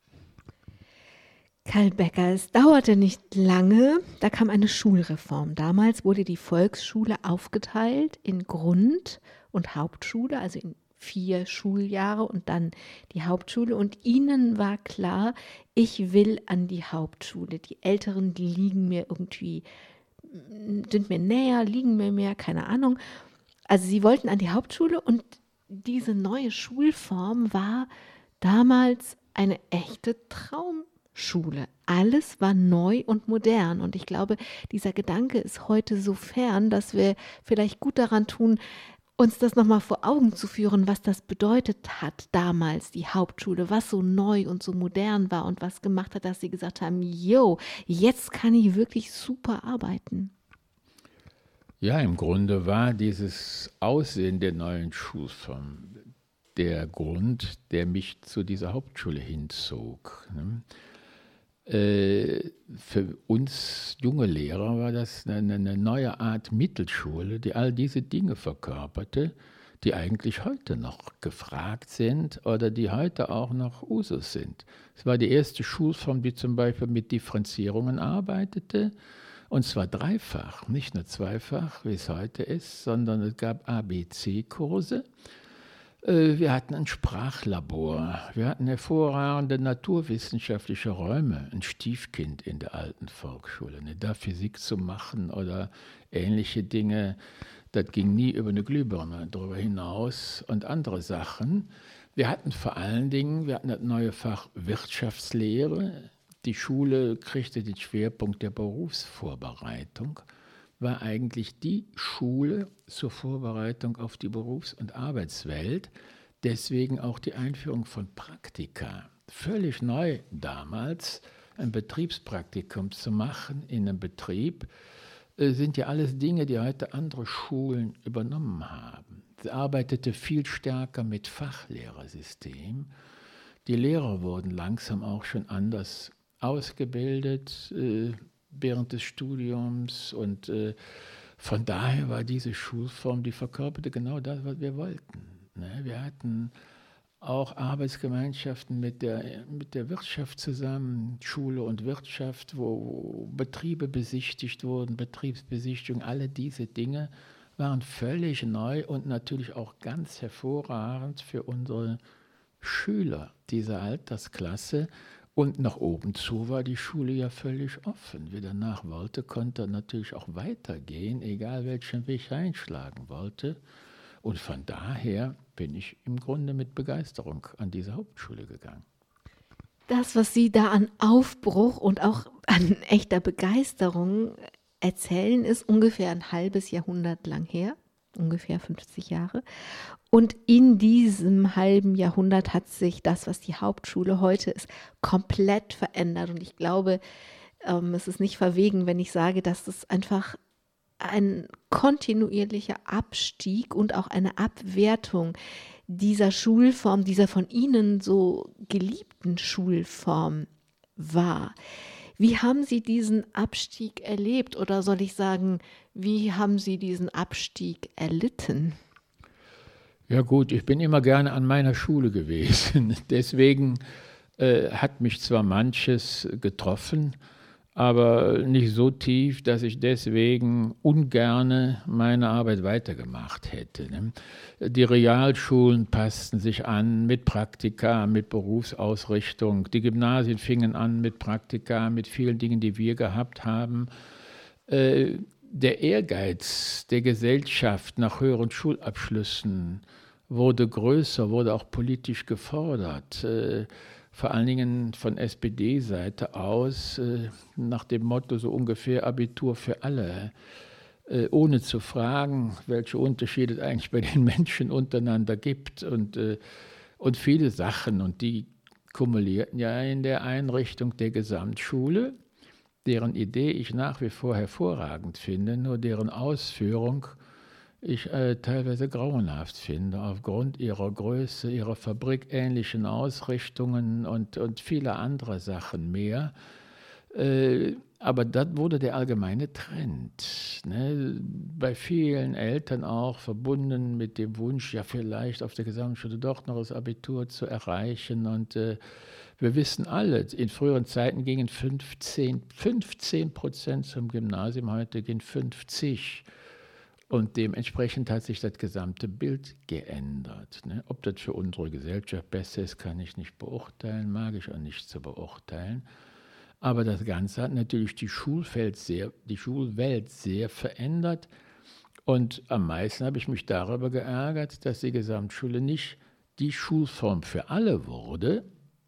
Karl Becker, es dauerte nicht lange, da kam eine Schulreform. Damals wurde die Volksschule aufgeteilt in Grund- und Hauptschule, also in 4 Schuljahre und dann die Hauptschule. Und ihnen war klar, ich will an die Hauptschule. Die Älteren, die liegen mir irgendwie, sind mir näher, liegen mir mehr, keine Ahnung. Also sie wollten an die Hauptschule und diese neue Schulform war damals eine echte Traumschule. Alles war neu und modern und ich glaube, dieser Gedanke ist heute so fern, dass wir vielleicht gut daran tun, uns das nochmal vor Augen zu führen, was das bedeutet hat damals, die Hauptschule, was so neu und so modern war und was gemacht hat, dass sie gesagt haben, yo, jetzt kann ich wirklich super arbeiten. Ja, im Grunde war dieses Aussehen der neuen Schulform der Grund, der mich zu dieser Hauptschule hinzog. Ne? Für uns junge Lehrer war das eine neue Art Mittelschule, die all diese Dinge verkörperte, die eigentlich heute noch gefragt sind oder die heute auch noch Usus sind. Es war die erste Schulform, die zum Beispiel mit Differenzierungen arbeitete, und zwar dreifach, nicht nur zweifach, wie es heute ist, sondern es gab ABC-Kurse. Wir hatten ein Sprachlabor, wir hatten hervorragende naturwissenschaftliche Räume, ein Stiefkind in der alten Volksschule. Da Physik zu machen oder ähnliche Dinge, das ging nie über eine Glühbirne darüber hinaus und andere Sachen. Wir hatten vor allen Dingen, wir hatten das neue Fach Wirtschaftslehre. Die Schule kriegte den Schwerpunkt der Berufsvorbereitung, war eigentlich die Schule zur Vorbereitung auf die Berufs- und Arbeitswelt. Deswegen auch die Einführung von Praktika. Völlig neu damals, ein Betriebspraktikum zu machen in einem Betrieb, sind ja alles Dinge, die heute andere Schulen übernommen haben. Sie arbeitete viel stärker mit Fachlehrersystem. Die Lehrer wurden langsam auch schon anders ausgebildet während des Studiums und von daher war diese Schulform, die verkörperte genau das, was wir wollten. Ne? Wir hatten auch Arbeitsgemeinschaften mit der Wirtschaft zusammen, Schule und Wirtschaft, wo Betriebe besichtigt wurden, Betriebsbesichtigung, alle diese Dinge waren völlig neu und natürlich auch ganz hervorragend für unsere Schüler dieser Altersklasse. Und nach oben zu war die Schule ja völlig offen. Wer danach wollte, konnte natürlich auch weitergehen, egal welchen Weg er einschlagen wollte. Und von daher bin ich im Grunde mit Begeisterung an diese Hauptschule gegangen. Das, was Sie da an Aufbruch und auch an echter Begeisterung erzählen, ist ungefähr ein halbes Jahrhundert lang her, ungefähr 50 Jahre. Und in diesem halben Jahrhundert hat sich das, was die Hauptschule heute ist, komplett verändert. Und ich glaube, es ist nicht verwegen, wenn ich sage, dass es einfach ein kontinuierlicher Abstieg und auch eine Abwertung dieser Schulform, dieser von Ihnen so geliebten Schulform war. Wie haben Sie diesen Abstieg erlebt oder soll ich sagen, wie haben Sie diesen Abstieg erlitten? Ja gut, ich bin immer gerne an meiner Schule gewesen. Deswegen hat mich zwar manches getroffen, aber nicht so tief, dass ich deswegen ungerne meine Arbeit weitergemacht hätte. Ne? Die Realschulen passten sich an mit Praktika, mit Berufsausrichtung. Die Gymnasien fingen an mit Praktika, mit vielen Dingen, die wir gehabt haben. Der Ehrgeiz der Gesellschaft nach höheren Schulabschlüssen wurde größer, wurde auch politisch gefordert. Vor allen Dingen von SPD-Seite aus, nach dem Motto so ungefähr Abitur für alle, ohne zu fragen, welche Unterschiede es eigentlich bei den Menschen untereinander gibt und viele Sachen. Und die kumulierten ja in der Einrichtung der Gesamtschule, deren Idee ich nach wie vor hervorragend finde, nur deren Ausführung ich teilweise grauenhaft finde, aufgrund ihrer Größe, ihrer fabrikähnlichen Ausrichtungen und vieler anderer Sachen mehr. Aber das wurde der allgemeine Trend. Ne? Bei vielen Eltern auch verbunden mit dem Wunsch, ja vielleicht auf der Gesamtschule doch noch das Abitur zu erreichen. Und wir wissen alle, in früheren Zeiten gingen 15% zum Gymnasium, heute gehen 50%. Und dementsprechend hat sich das gesamte Bild geändert. Ne? Ob das für unsere Gesellschaft besser ist, kann ich nicht beurteilen, mag ich auch nicht zu beurteilen. Aber das Ganze hat natürlich die Schulwelt sehr verändert. Und am meisten habe ich mich darüber geärgert, dass die Gesamtschule nicht die Schulform für alle wurde,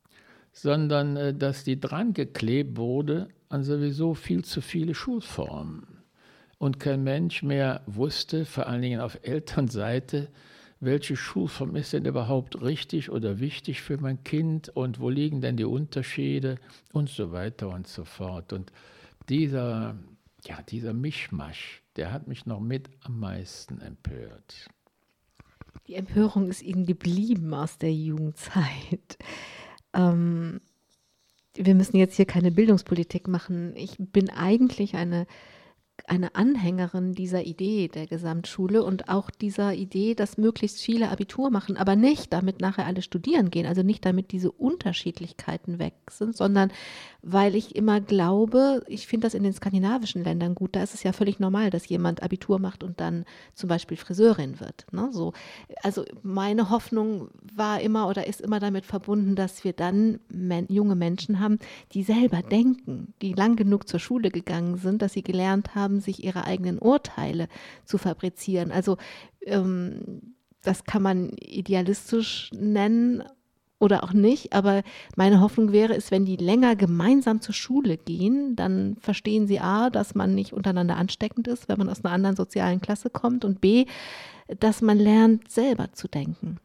sondern dass die dran geklebt wurde an sowieso viel zu viele Schulformen. Und kein Mensch mehr wusste, vor allen Dingen auf Elternseite, welche Schulform ist denn überhaupt richtig oder wichtig für mein Kind und wo liegen denn die Unterschiede und so weiter und so fort. Und dieser Mischmasch, der hat mich noch mit am meisten empört. Die Empörung ist Ihnen geblieben aus der Jugendzeit. Wir müssen jetzt hier keine Bildungspolitik machen. Ich bin eigentlich eine Anhängerin dieser Idee der Gesamtschule und auch dieser Idee, dass möglichst viele Abitur machen, aber nicht damit nachher alle studieren gehen, also nicht damit diese Unterschiedlichkeiten weg sind, sondern weil ich immer glaube, ich finde das in den skandinavischen Ländern gut, da ist es ja völlig normal, dass jemand Abitur macht und dann zum Beispiel Friseurin wird. Ne? So, also meine Hoffnung war immer oder ist immer damit verbunden, dass wir dann junge Menschen haben, die selber denken, die lang genug zur Schule gegangen sind, dass sie gelernt haben, sich ihre eigenen Urteile zu fabrizieren. Also das kann man idealistisch nennen oder auch nicht, aber meine Hoffnung wäre es, wenn die länger gemeinsam zur Schule gehen, dann verstehen sie A, dass man nicht untereinander ansteckend ist, wenn man aus einer anderen sozialen Klasse kommt und B, dass man lernt, selber zu denken.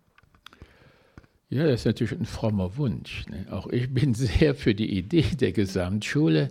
Ja, das ist natürlich ein frommer Wunsch. Ne? Auch ich bin sehr für die Idee der Gesamtschule.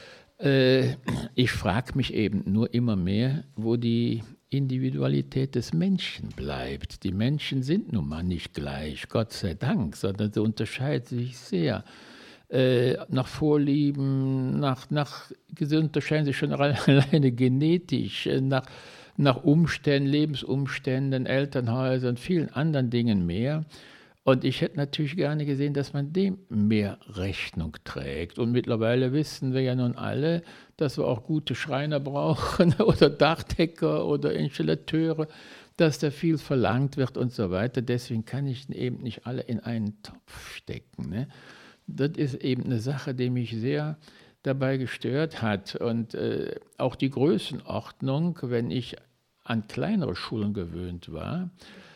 Ich frage mich eben nur immer mehr, wo die Individualität des Menschen bleibt. Die Menschen sind nun mal nicht gleich, Gott sei Dank, sondern sie unterscheiden sich sehr. Nach Vorlieben, sie unterscheiden sich schon alleine genetisch, nach Umständen, Lebensumständen, Elternhäusern, vielen anderen Dingen mehr. Und ich hätte natürlich gerne gesehen, dass man dem mehr Rechnung trägt. Und mittlerweile wissen wir ja nun alle, dass wir auch gute Schreiner brauchen oder Dachdecker oder Installateure, dass da viel verlangt wird und so weiter. Deswegen kann ich eben nicht alle in einen Topf stecken. Ne? Das ist eben eine Sache, die mich sehr dabei gestört hat. Und auch die Größenordnung, wenn ich an kleinere Schulen gewöhnt war,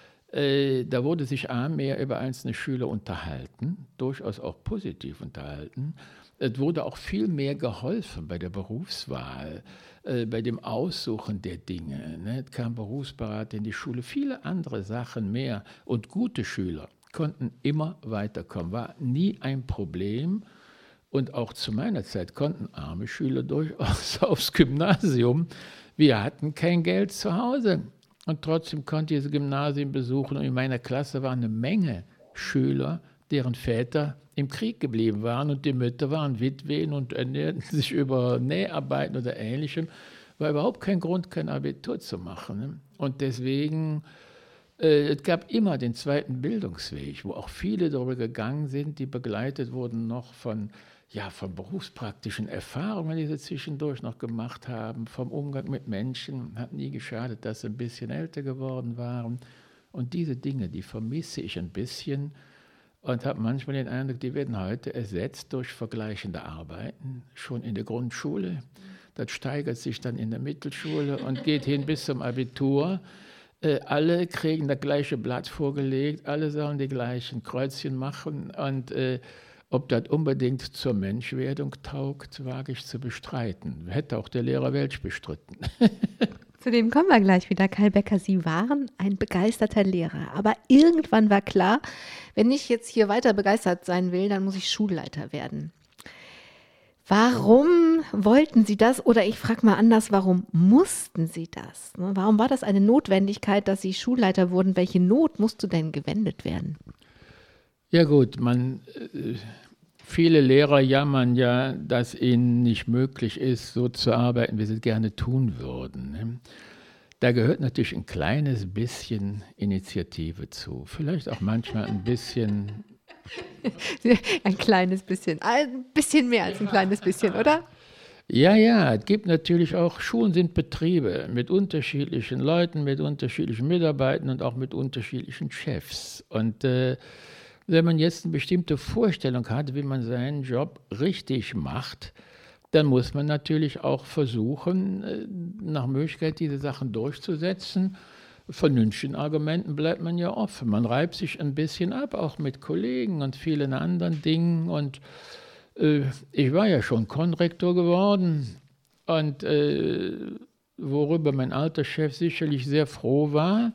da wurde sich mehr über einzelne Schüler unterhalten, durchaus auch positiv unterhalten. Es wurde auch viel mehr geholfen bei der Berufswahl, bei dem Aussuchen der Dinge. Ne? Es kam Berufsberater in die Schule, viele andere Sachen mehr. Und gute Schüler konnten immer weiterkommen, war nie ein Problem. Und auch zu meiner Zeit konnten arme Schüler durchaus aufs Gymnasium. Wir hatten kein Geld zu Hause. Und trotzdem konnte ich diese Gymnasien besuchen. Und in meiner Klasse waren eine Menge Schüler, deren Väter im Krieg geblieben waren. Und die Mütter waren Witwen und ernährten sich über Näharbeiten oder Ähnlichem. War überhaupt kein Grund, kein Abitur zu machen. Ne? Und deswegen, es gab immer den zweiten Bildungsweg, wo auch viele darüber gegangen sind, die begleitet wurden noch von berufspraktischen Erfahrungen, die sie zwischendurch noch gemacht haben, vom Umgang mit Menschen. Hat nie geschadet, dass sie ein bisschen älter geworden waren. Und diese Dinge, die vermisse ich ein bisschen und habe manchmal den Eindruck, die werden heute ersetzt durch vergleichende Arbeiten, schon in der Grundschule. Das steigert sich dann in der Mittelschule und geht hin bis zum Abitur. Alle kriegen das gleiche Blatt vorgelegt, alle sollen die gleichen Kreuzchen machen und ob das unbedingt zur Menschwerdung taugt, wage ich zu bestreiten. Hätte auch der Lehrer Welsch bestritten. Zu dem kommen wir gleich wieder, Karl Becker. Sie waren ein begeisterter Lehrer. Aber irgendwann war klar, wenn ich jetzt hier weiter begeistert sein will, dann muss ich Schulleiter werden. Warum wollten Sie das? Oder ich frage mal anders, warum mussten Sie das? Warum war das eine Notwendigkeit, dass Sie Schulleiter wurden? Welche Not musste denn gewendet werden? Ja gut, viele Lehrer jammern ja, dass ihnen nicht möglich ist, so zu arbeiten, wie sie es gerne tun würden. Ne? Da gehört natürlich ein kleines bisschen Initiative zu. Vielleicht auch manchmal ein bisschen... Ein kleines bisschen. Ein bisschen mehr als ein kleines bisschen, oder? Ja, es gibt natürlich auch, Schulen sind Betriebe mit unterschiedlichen Leuten, mit unterschiedlichen Mitarbeitern und auch mit unterschiedlichen Chefs. Und wenn man jetzt eine bestimmte Vorstellung hat, wie man seinen Job richtig macht, dann muss man natürlich auch versuchen, nach Möglichkeit diese Sachen durchzusetzen. Vernünftigen Argumenten bleibt man ja offen. Man reibt sich ein bisschen ab, auch mit Kollegen und vielen anderen Dingen. Und ich war ja schon Konrektor geworden und worüber mein alter Chef sicherlich sehr froh war,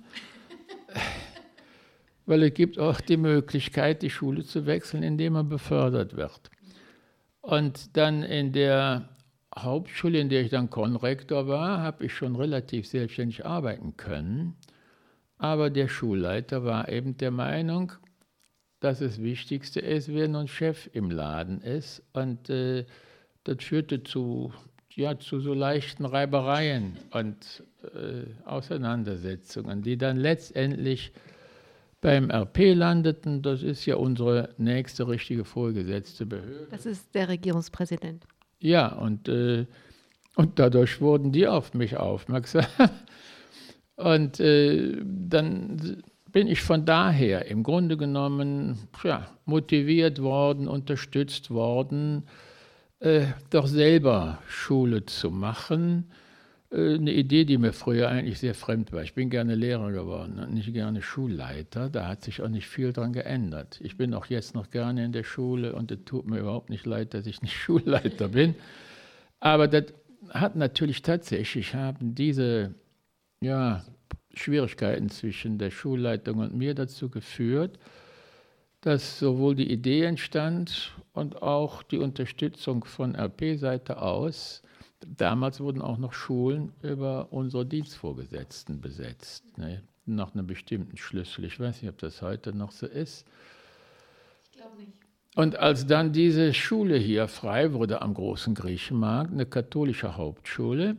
weil es gibt auch die Möglichkeit, die Schule zu wechseln, indem man befördert wird. Und dann in der Hauptschule, in der ich dann Konrektor war, habe ich schon relativ selbstständig arbeiten können. Aber der Schulleiter war eben der Meinung, dass das Wichtigste ist, wer nun Chef im Laden ist. Und das führte zu so leichten Reibereien und Auseinandersetzungen, die dann letztendlich beim RP landeten. Das ist ja unsere nächste richtige vorgesetzte Behörde. Das ist der Regierungspräsident. Ja, und dadurch wurden die auf mich aufmerksam. Und dann bin ich von daher im Grunde genommen motiviert worden, unterstützt worden, doch selber Schule zu machen. Eine Idee, die mir früher eigentlich sehr fremd war. Ich bin gerne Lehrer geworden und nicht gerne Schulleiter. Da hat sich auch nicht viel dran geändert. Ich bin auch jetzt noch gerne in der Schule und es tut mir überhaupt nicht leid, dass ich nicht Schulleiter bin. Aber das hat natürlich tatsächlich, haben diese Schwierigkeiten zwischen der Schulleitung und mir dazu geführt, dass sowohl die Idee entstand und auch die Unterstützung von RP-Seite aus. Damals wurden auch noch Schulen über unsere Dienstvorgesetzten besetzt, ne? Nach einem bestimmten Schlüssel. Ich weiß nicht, ob das heute noch so ist. Ich glaube nicht. Und als dann diese Schule hier frei wurde am Großen Griechenmarkt, eine katholische Hauptschule,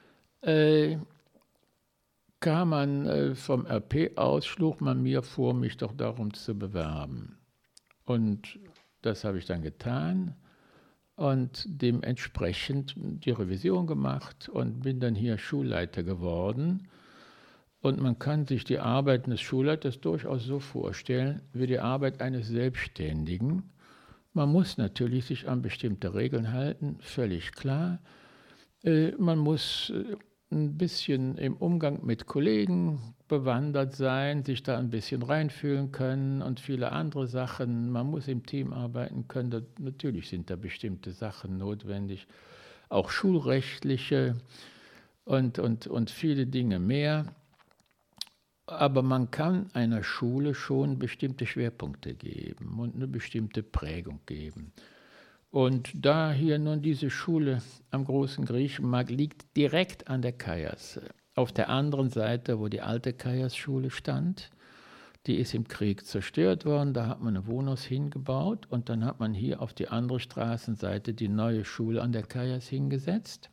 kam man vom RP aus, schlug man mir vor, mich doch darum zu bewerben. Und das habe ich dann getan. Und dementsprechend die Revision gemacht und bin dann hier Schulleiter geworden. Und man kann sich die Arbeit eines Schulleiters durchaus so vorstellen wie die Arbeit eines Selbstständigen. Man muss natürlich sich an bestimmte Regeln halten, völlig klar. Man muss ein bisschen im Umgang mit Kollegen bewandert sein, sich da ein bisschen reinfühlen können und viele andere Sachen. Man muss im Team arbeiten können. Natürlich sind da bestimmte Sachen notwendig, auch schulrechtliche und viele Dinge mehr. Aber man kann einer Schule schon bestimmte Schwerpunkte geben und eine bestimmte Prägung geben. Und da hier nun diese Schule am Großen Griechenmarkt liegt, direkt an der Kajasse. Auf der anderen Seite, wo die alte Kajasschule stand, die ist im Krieg zerstört worden, da hat man ein Wohnhaus hingebaut und dann hat man hier auf die andere Straßenseite die neue Schule an der Kajas hingesetzt.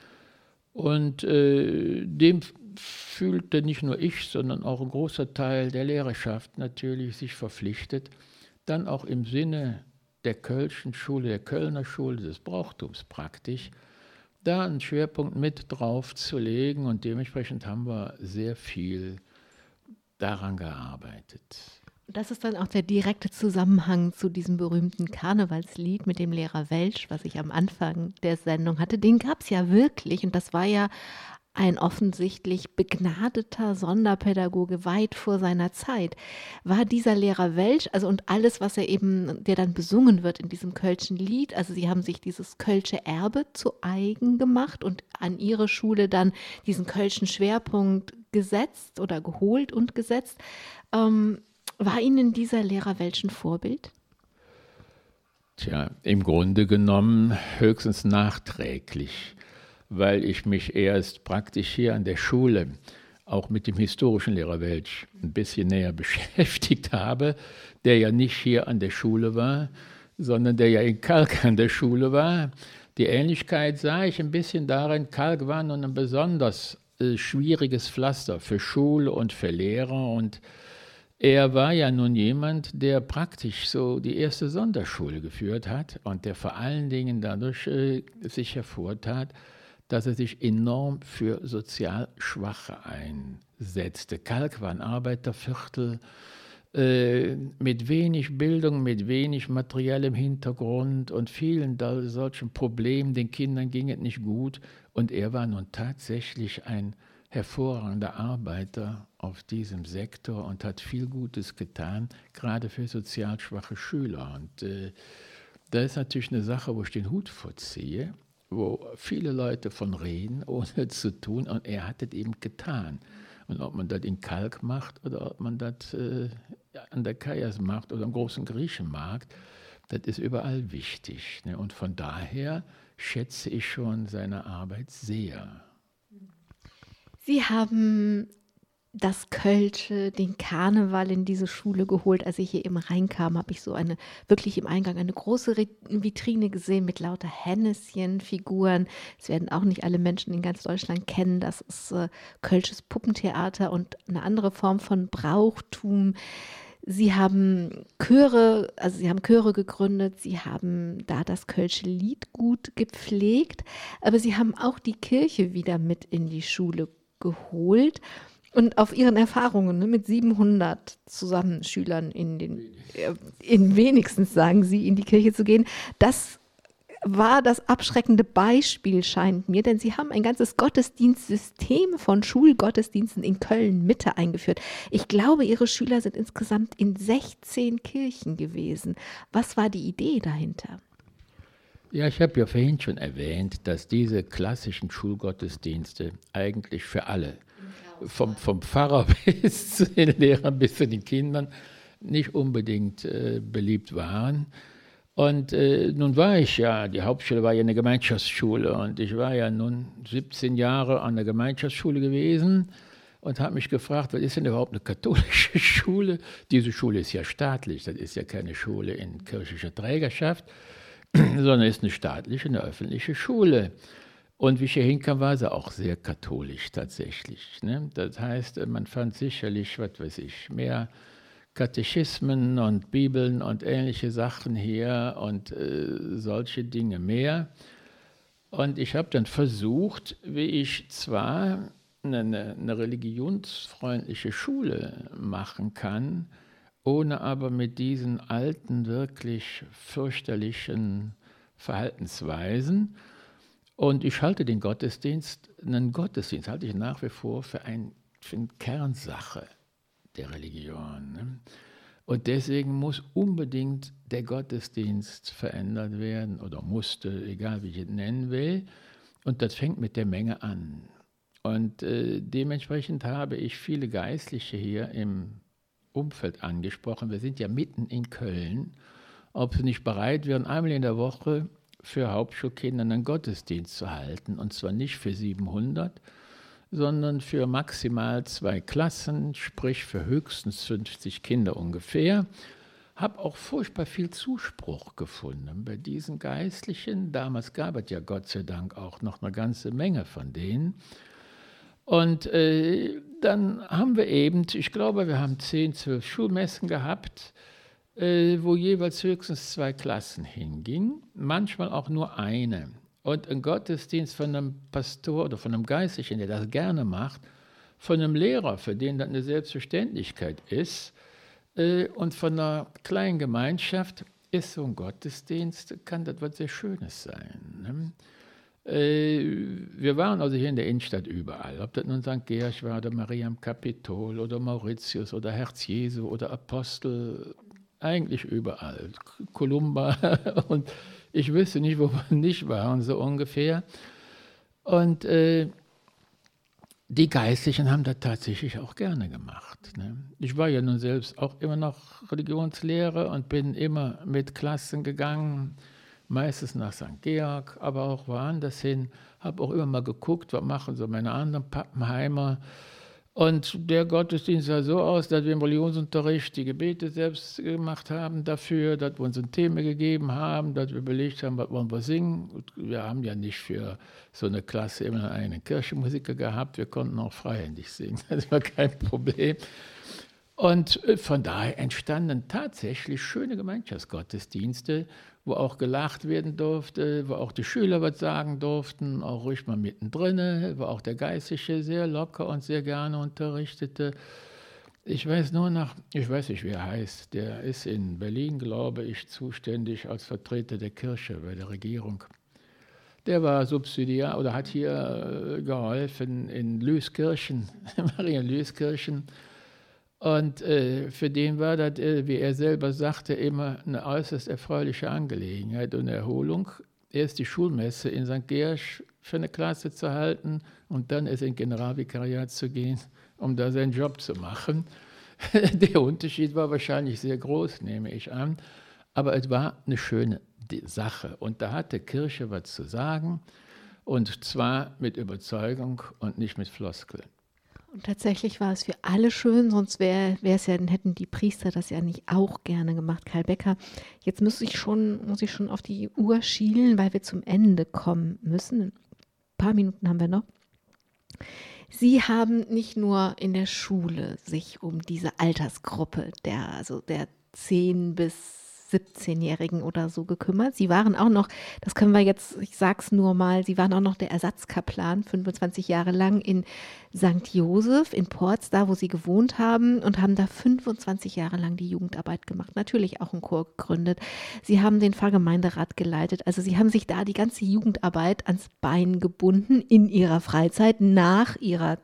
Und dem fühlte nicht nur ich, sondern auch ein großer Teil der Lehrerschaft natürlich sich verpflichtet, dann auch im Sinne der Kölschen Schule, der Kölner Schule, des Brauchtums praktisch, da einen Schwerpunkt mit drauf zu legen und dementsprechend haben wir sehr viel daran gearbeitet. Das ist dann auch der direkte Zusammenhang zu diesem berühmten Karnevalslied mit dem Lehrer Welsch, was ich am Anfang der Sendung hatte. Den gab es ja wirklich und das war ja ein offensichtlich begnadeter Sonderpädagoge weit vor seiner Zeit. War dieser Lehrer Welsch, also und alles, was er eben, der dann besungen wird in diesem Kölschen Lied, also sie haben sich dieses Kölsche Erbe zu eigen gemacht und an ihre Schule dann diesen Kölschen Schwerpunkt gesetzt oder geholt und gesetzt. War Ihnen dieser Lehrer Welsch ein Vorbild? Tja, im Grunde genommen höchstens nachträglich, weil ich mich erst praktisch hier an der Schule auch mit dem historischen Lehrer Welsch ein bisschen näher beschäftigt habe, der ja nicht hier an der Schule war, sondern der ja in Kalk an der Schule war. Die Ähnlichkeit sah ich ein bisschen darin, Kalk war nun ein besonders schwieriges Pflaster für Schule und für Lehrer und er war ja nun jemand, der praktisch so die erste Sonderschule geführt hat und der vor allen Dingen dadurch sich hervortat, dass er sich enorm für sozial Schwache einsetzte. Kalk war ein Arbeiterviertel mit wenig Bildung, mit wenig materiellem Hintergrund und vielen solchen Problemen. Den Kindern ging es nicht gut und er war nun tatsächlich ein hervorragender Arbeiter auf diesem Sektor und hat viel Gutes getan, gerade für sozial schwache Schüler. Und das ist natürlich eine Sache, wo ich den Hut vorziehe, wo viele Leute von reden, ohne zu tun, und er hat es eben getan. Und ob man das in Kalk macht oder ob man das an der Kajas macht oder am Großen Griechenmarkt, das ist überall wichtig. Ne? Und von daher schätze ich schon seine Arbeit sehr. Sie haben das Kölsche, den Karneval in diese Schule geholt. Als ich hier eben reinkam, habe ich so wirklich im Eingang eine große Vitrine gesehen mit lauter Hennäschen-Figuren. Es werden auch nicht alle Menschen in ganz Deutschland kennen. Das ist Kölsches Puppentheater und eine andere Form von Brauchtum. Sie haben Chöre gegründet, Sie haben da das Kölsche Lied gut gepflegt, aber Sie haben auch die Kirche wieder mit in die Schule geholt. Und auf Ihren Erfahrungen mit 700 Zusammenschülern in wenigstens, sagen Sie, in die Kirche zu gehen, das war das abschreckende Beispiel, scheint mir, denn Sie haben ein ganzes Gottesdienstsystem von Schulgottesdiensten in Köln-Mitte eingeführt. Ich glaube, Ihre Schüler sind insgesamt in 16 Kirchen gewesen. Was war die Idee dahinter? Ja, ich habe ja vorhin schon erwähnt, dass diese klassischen Schulgottesdienste eigentlich für alle, vom Pfarrer bis zu den Lehrern bis zu den Kindern, nicht unbedingt beliebt waren. Und nun war ich ja, die Hauptschule war ja eine Gemeinschaftsschule und ich war ja nun 17 Jahre an der Gemeinschaftsschule gewesen und habe mich gefragt, was ist denn überhaupt eine katholische Schule? Diese Schule ist ja staatlich, das ist ja keine Schule in kirchlicher Trägerschaft, sondern ist eine staatliche, eine öffentliche Schule. Und wie ich hier hinkam, war sie auch sehr katholisch tatsächlich. Ne? Das heißt, man fand sicherlich, was weiß ich, mehr Katechismen und Bibeln und ähnliche Sachen hier und solche Dinge mehr. Und ich habe dann versucht, wie ich zwar eine religionsfreundliche Schule machen kann, ohne aber mit diesen alten, wirklich fürchterlichen Verhaltensweisen. Und ich halte den Gottesdienst, einen Gottesdienst halte ich nach wie vor für eine Kernsache der Religion. Ne? Und deswegen muss unbedingt der Gottesdienst verändert werden oder musste, egal wie ich es nennen will. Und das fängt mit der Menge an. Und dementsprechend habe ich viele Geistliche hier im Umfeld angesprochen. Wir sind ja mitten in Köln, ob sie nicht bereit wären, einmal in der Woche für Hauptschulkinder einen Gottesdienst zu halten. Und zwar nicht für 700, sondern für maximal 2 Klassen, sprich für höchstens 50 Kinder ungefähr. Habe auch furchtbar viel Zuspruch gefunden bei diesen Geistlichen. Damals gab es ja Gott sei Dank auch noch eine ganze Menge von denen. Und dann haben wir eben, ich glaube, wir haben 10, 12 Schulmessen gehabt, wo jeweils höchstens 2 Klassen hingingen, manchmal auch nur eine. Und ein Gottesdienst von einem Pastor oder von einem Geistlichen, der das gerne macht, von einem Lehrer, für den das eine Selbstverständlichkeit ist, und von einer kleinen Gemeinschaft ist so ein Gottesdienst, kann das was sehr Schönes sein. Ne? Wir waren also hier in der Innenstadt überall, ob das nun St. Georg war oder Maria am Kapitol oder Mauritius oder Herz Jesu oder Apostel, eigentlich überall, Columba und ich wüsste nicht, wo wir nicht waren, so ungefähr. Und die Geistlichen haben das tatsächlich auch gerne gemacht. Ne? Ich war ja nun selbst auch immer noch Religionslehrer und bin immer mit Klassen gegangen, meistens nach St. Georg, aber auch woanders hin. Habe auch immer mal geguckt, was machen so meine anderen Pappenheimer. Und der Gottesdienst sah so aus, dass wir im Religionsunterricht die Gebete selbst gemacht haben dafür, dass wir uns ein Thema gegeben haben, dass wir überlegt haben, was wollen wir singen. Und wir haben ja nicht für so eine Klasse immer einen Kirchenmusiker gehabt, wir konnten auch freihändig singen, das war kein Problem. Und von daher entstanden tatsächlich schöne Gemeinschaftsgottesdienste, wo auch gelacht werden durfte, wo auch die Schüler was sagen durften, auch ruhig mal mittendrin, wo auch der Geistliche sehr locker und sehr gerne unterrichtete. Ich weiß nicht, wie er heißt, der ist in Berlin, glaube ich, zuständig als Vertreter der Kirche bei der Regierung. Der war subsidiar oder hat hier geholfen in Lüskirchen, Marienlüskirchen. Und für den war das, wie er selber sagte, immer eine äußerst erfreuliche Angelegenheit und Erholung. Erst die Schulmesse in St. Georg für eine Klasse zu halten und dann erst in Generalvikariat zu gehen, um da seinen Job zu machen. Der Unterschied war wahrscheinlich sehr groß, nehme ich an. Aber es war eine schöne Sache. Und da hatte Kirche was zu sagen. Und zwar mit Überzeugung und nicht mit Floskeln. Und tatsächlich war es für alle schön, sonst wäre es ja, dann hätten die Priester das ja nicht auch gerne gemacht, Karl Becker. Jetzt muss ich schon auf die Uhr schielen, weil wir zum Ende kommen müssen. Ein paar Minuten haben wir noch. Sie haben nicht nur in der Schule sich um diese Altersgruppe der 10 bis 17-Jährigen oder so gekümmert. Sie waren auch noch, das können wir jetzt, ich sag's nur mal, Sie waren auch noch der Ersatzkaplan 25 Jahre lang in St. Joseph in Porz, da wo Sie gewohnt haben, und haben da 25 Jahre lang die Jugendarbeit gemacht. Natürlich auch einen Chor gegründet. Sie haben den Pfarrgemeinderat geleitet. Also Sie haben sich da die ganze Jugendarbeit ans Bein gebunden in Ihrer Freizeit nach Ihrer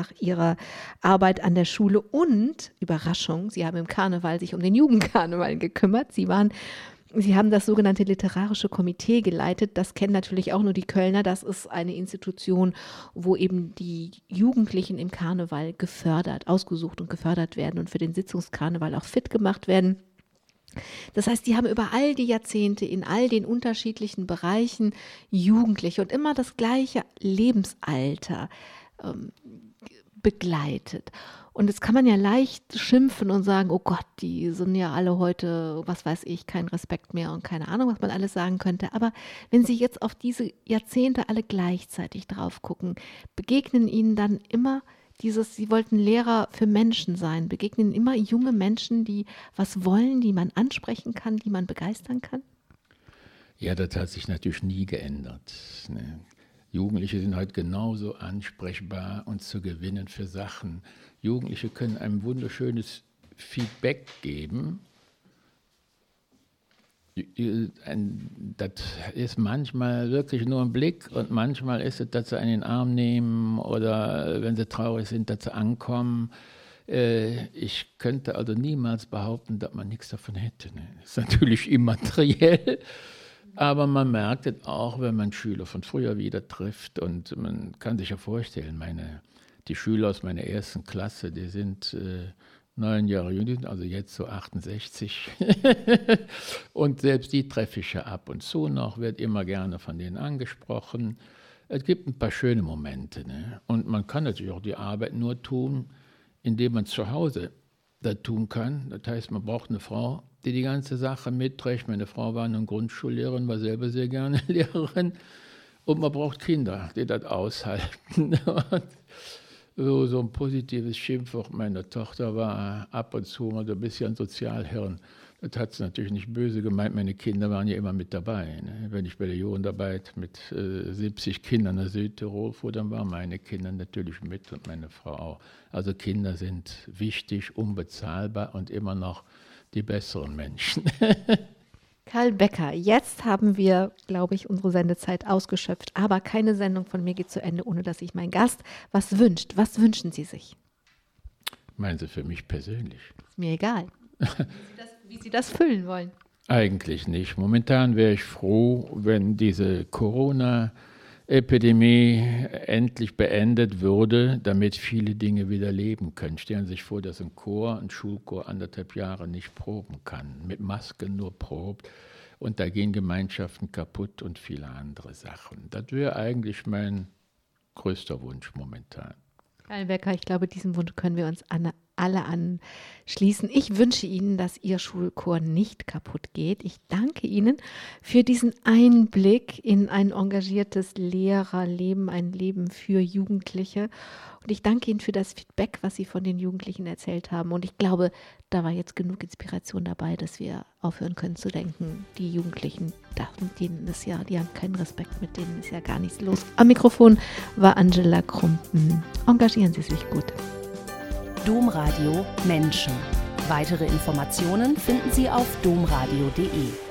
Arbeit an der Schule und, Überraschung, Sie haben im Karneval sich um den Jugendkarneval gekümmert. Sie haben das sogenannte literarische Komitee geleitet. Das kennen natürlich auch nur die Kölner. Das ist eine Institution, wo eben die Jugendlichen im Karneval ausgesucht und gefördert werden und für den Sitzungskarneval auch fit gemacht werden. Das heißt, die haben über all die Jahrzehnte in all den unterschiedlichen Bereichen Jugendliche und immer das gleiche Lebensalter begleitet. Und jetzt kann man ja leicht schimpfen und sagen, oh Gott, die sind ja alle heute, was weiß ich, kein Respekt mehr und keine Ahnung, was man alles sagen könnte. Aber wenn Sie jetzt auf diese Jahrzehnte alle gleichzeitig drauf gucken, begegnen Ihnen dann immer Sie wollten Lehrer für Menschen sein, begegnen immer junge Menschen, die was wollen, die man ansprechen kann, die man begeistern kann? Ja, das hat sich natürlich nie geändert. Ne? Jugendliche sind heute genauso ansprechbar und zu gewinnen für Sachen. Jugendliche können einem wunderschönes Feedback geben. Das ist manchmal wirklich nur ein Blick und manchmal ist es, dass sie einen in den Arm nehmen oder wenn sie traurig sind, dass sie ankommen. Ich könnte also niemals behaupten, dass man nichts davon hätte. Ne? Das ist natürlich immateriell, aber man merkt es auch, wenn man Schüler von früher wieder trifft und man kann sich ja vorstellen, die Schüler aus meiner ersten Klasse, die sind 9 Jahre jünger, also jetzt so 68. Und selbst die treffe ich ja ab und zu noch, wird immer gerne von denen angesprochen. Es gibt ein paar schöne Momente. Ne? Und man kann natürlich auch die Arbeit nur tun, indem man zu Hause das tun kann. Das heißt, man braucht eine Frau, die die ganze Sache mitträgt. Meine Frau war eine Grundschullehrerin, war selber sehr gerne Lehrerin. Und man braucht Kinder, die das aushalten. So ein positives Schimpfwort meiner Tochter war ab und zu mal so ein bisschen Sozialhirn. Das hat sie natürlich nicht böse gemeint. Meine Kinder waren ja immer mit dabei. Ne? Wenn ich bei der Jugendarbeit mit 70 Kindern nach Südtirol fuhr, dann waren meine Kinder natürlich mit und meine Frau auch. Also Kinder sind wichtig, unbezahlbar und immer noch die besseren Menschen. Karl Becker, jetzt haben wir, glaube ich, unsere Sendezeit ausgeschöpft, aber keine Sendung von mir geht zu Ende, ohne dass sich mein Gast was wünscht. Was wünschen Sie sich? Meinen Sie für mich persönlich? Ist mir egal, wie Sie das füllen wollen. Eigentlich nicht. Momentan wäre ich froh, wenn diese Corona-Epidemie endlich beendet würde, damit viele Dinge wieder leben können. Stellen Sie sich vor, dass ein Schulchor 1,5 Jahre nicht proben kann, mit Maske nur probt und da gehen Gemeinschaften kaputt und viele andere Sachen. Das wäre eigentlich mein größter Wunsch momentan. Karl Becker, ich glaube, diesem Wunsch können wir uns alle anschließen. Ich wünsche Ihnen, dass Ihr Schulchor nicht kaputt geht. Ich danke Ihnen für diesen Einblick in ein engagiertes Lehrerleben, ein Leben für Jugendliche. Und ich danke Ihnen für das Feedback, was Sie von den Jugendlichen erzählt haben. Und ich glaube, da war jetzt genug Inspiration dabei, dass wir aufhören können zu denken, die Jugendlichen, die haben keinen Respekt, mit denen ist ja gar nichts los. Am Mikrofon war Angela Krumpen. Engagieren Sie sich gut. Domradio Menschen. Weitere Informationen finden Sie auf domradio.de.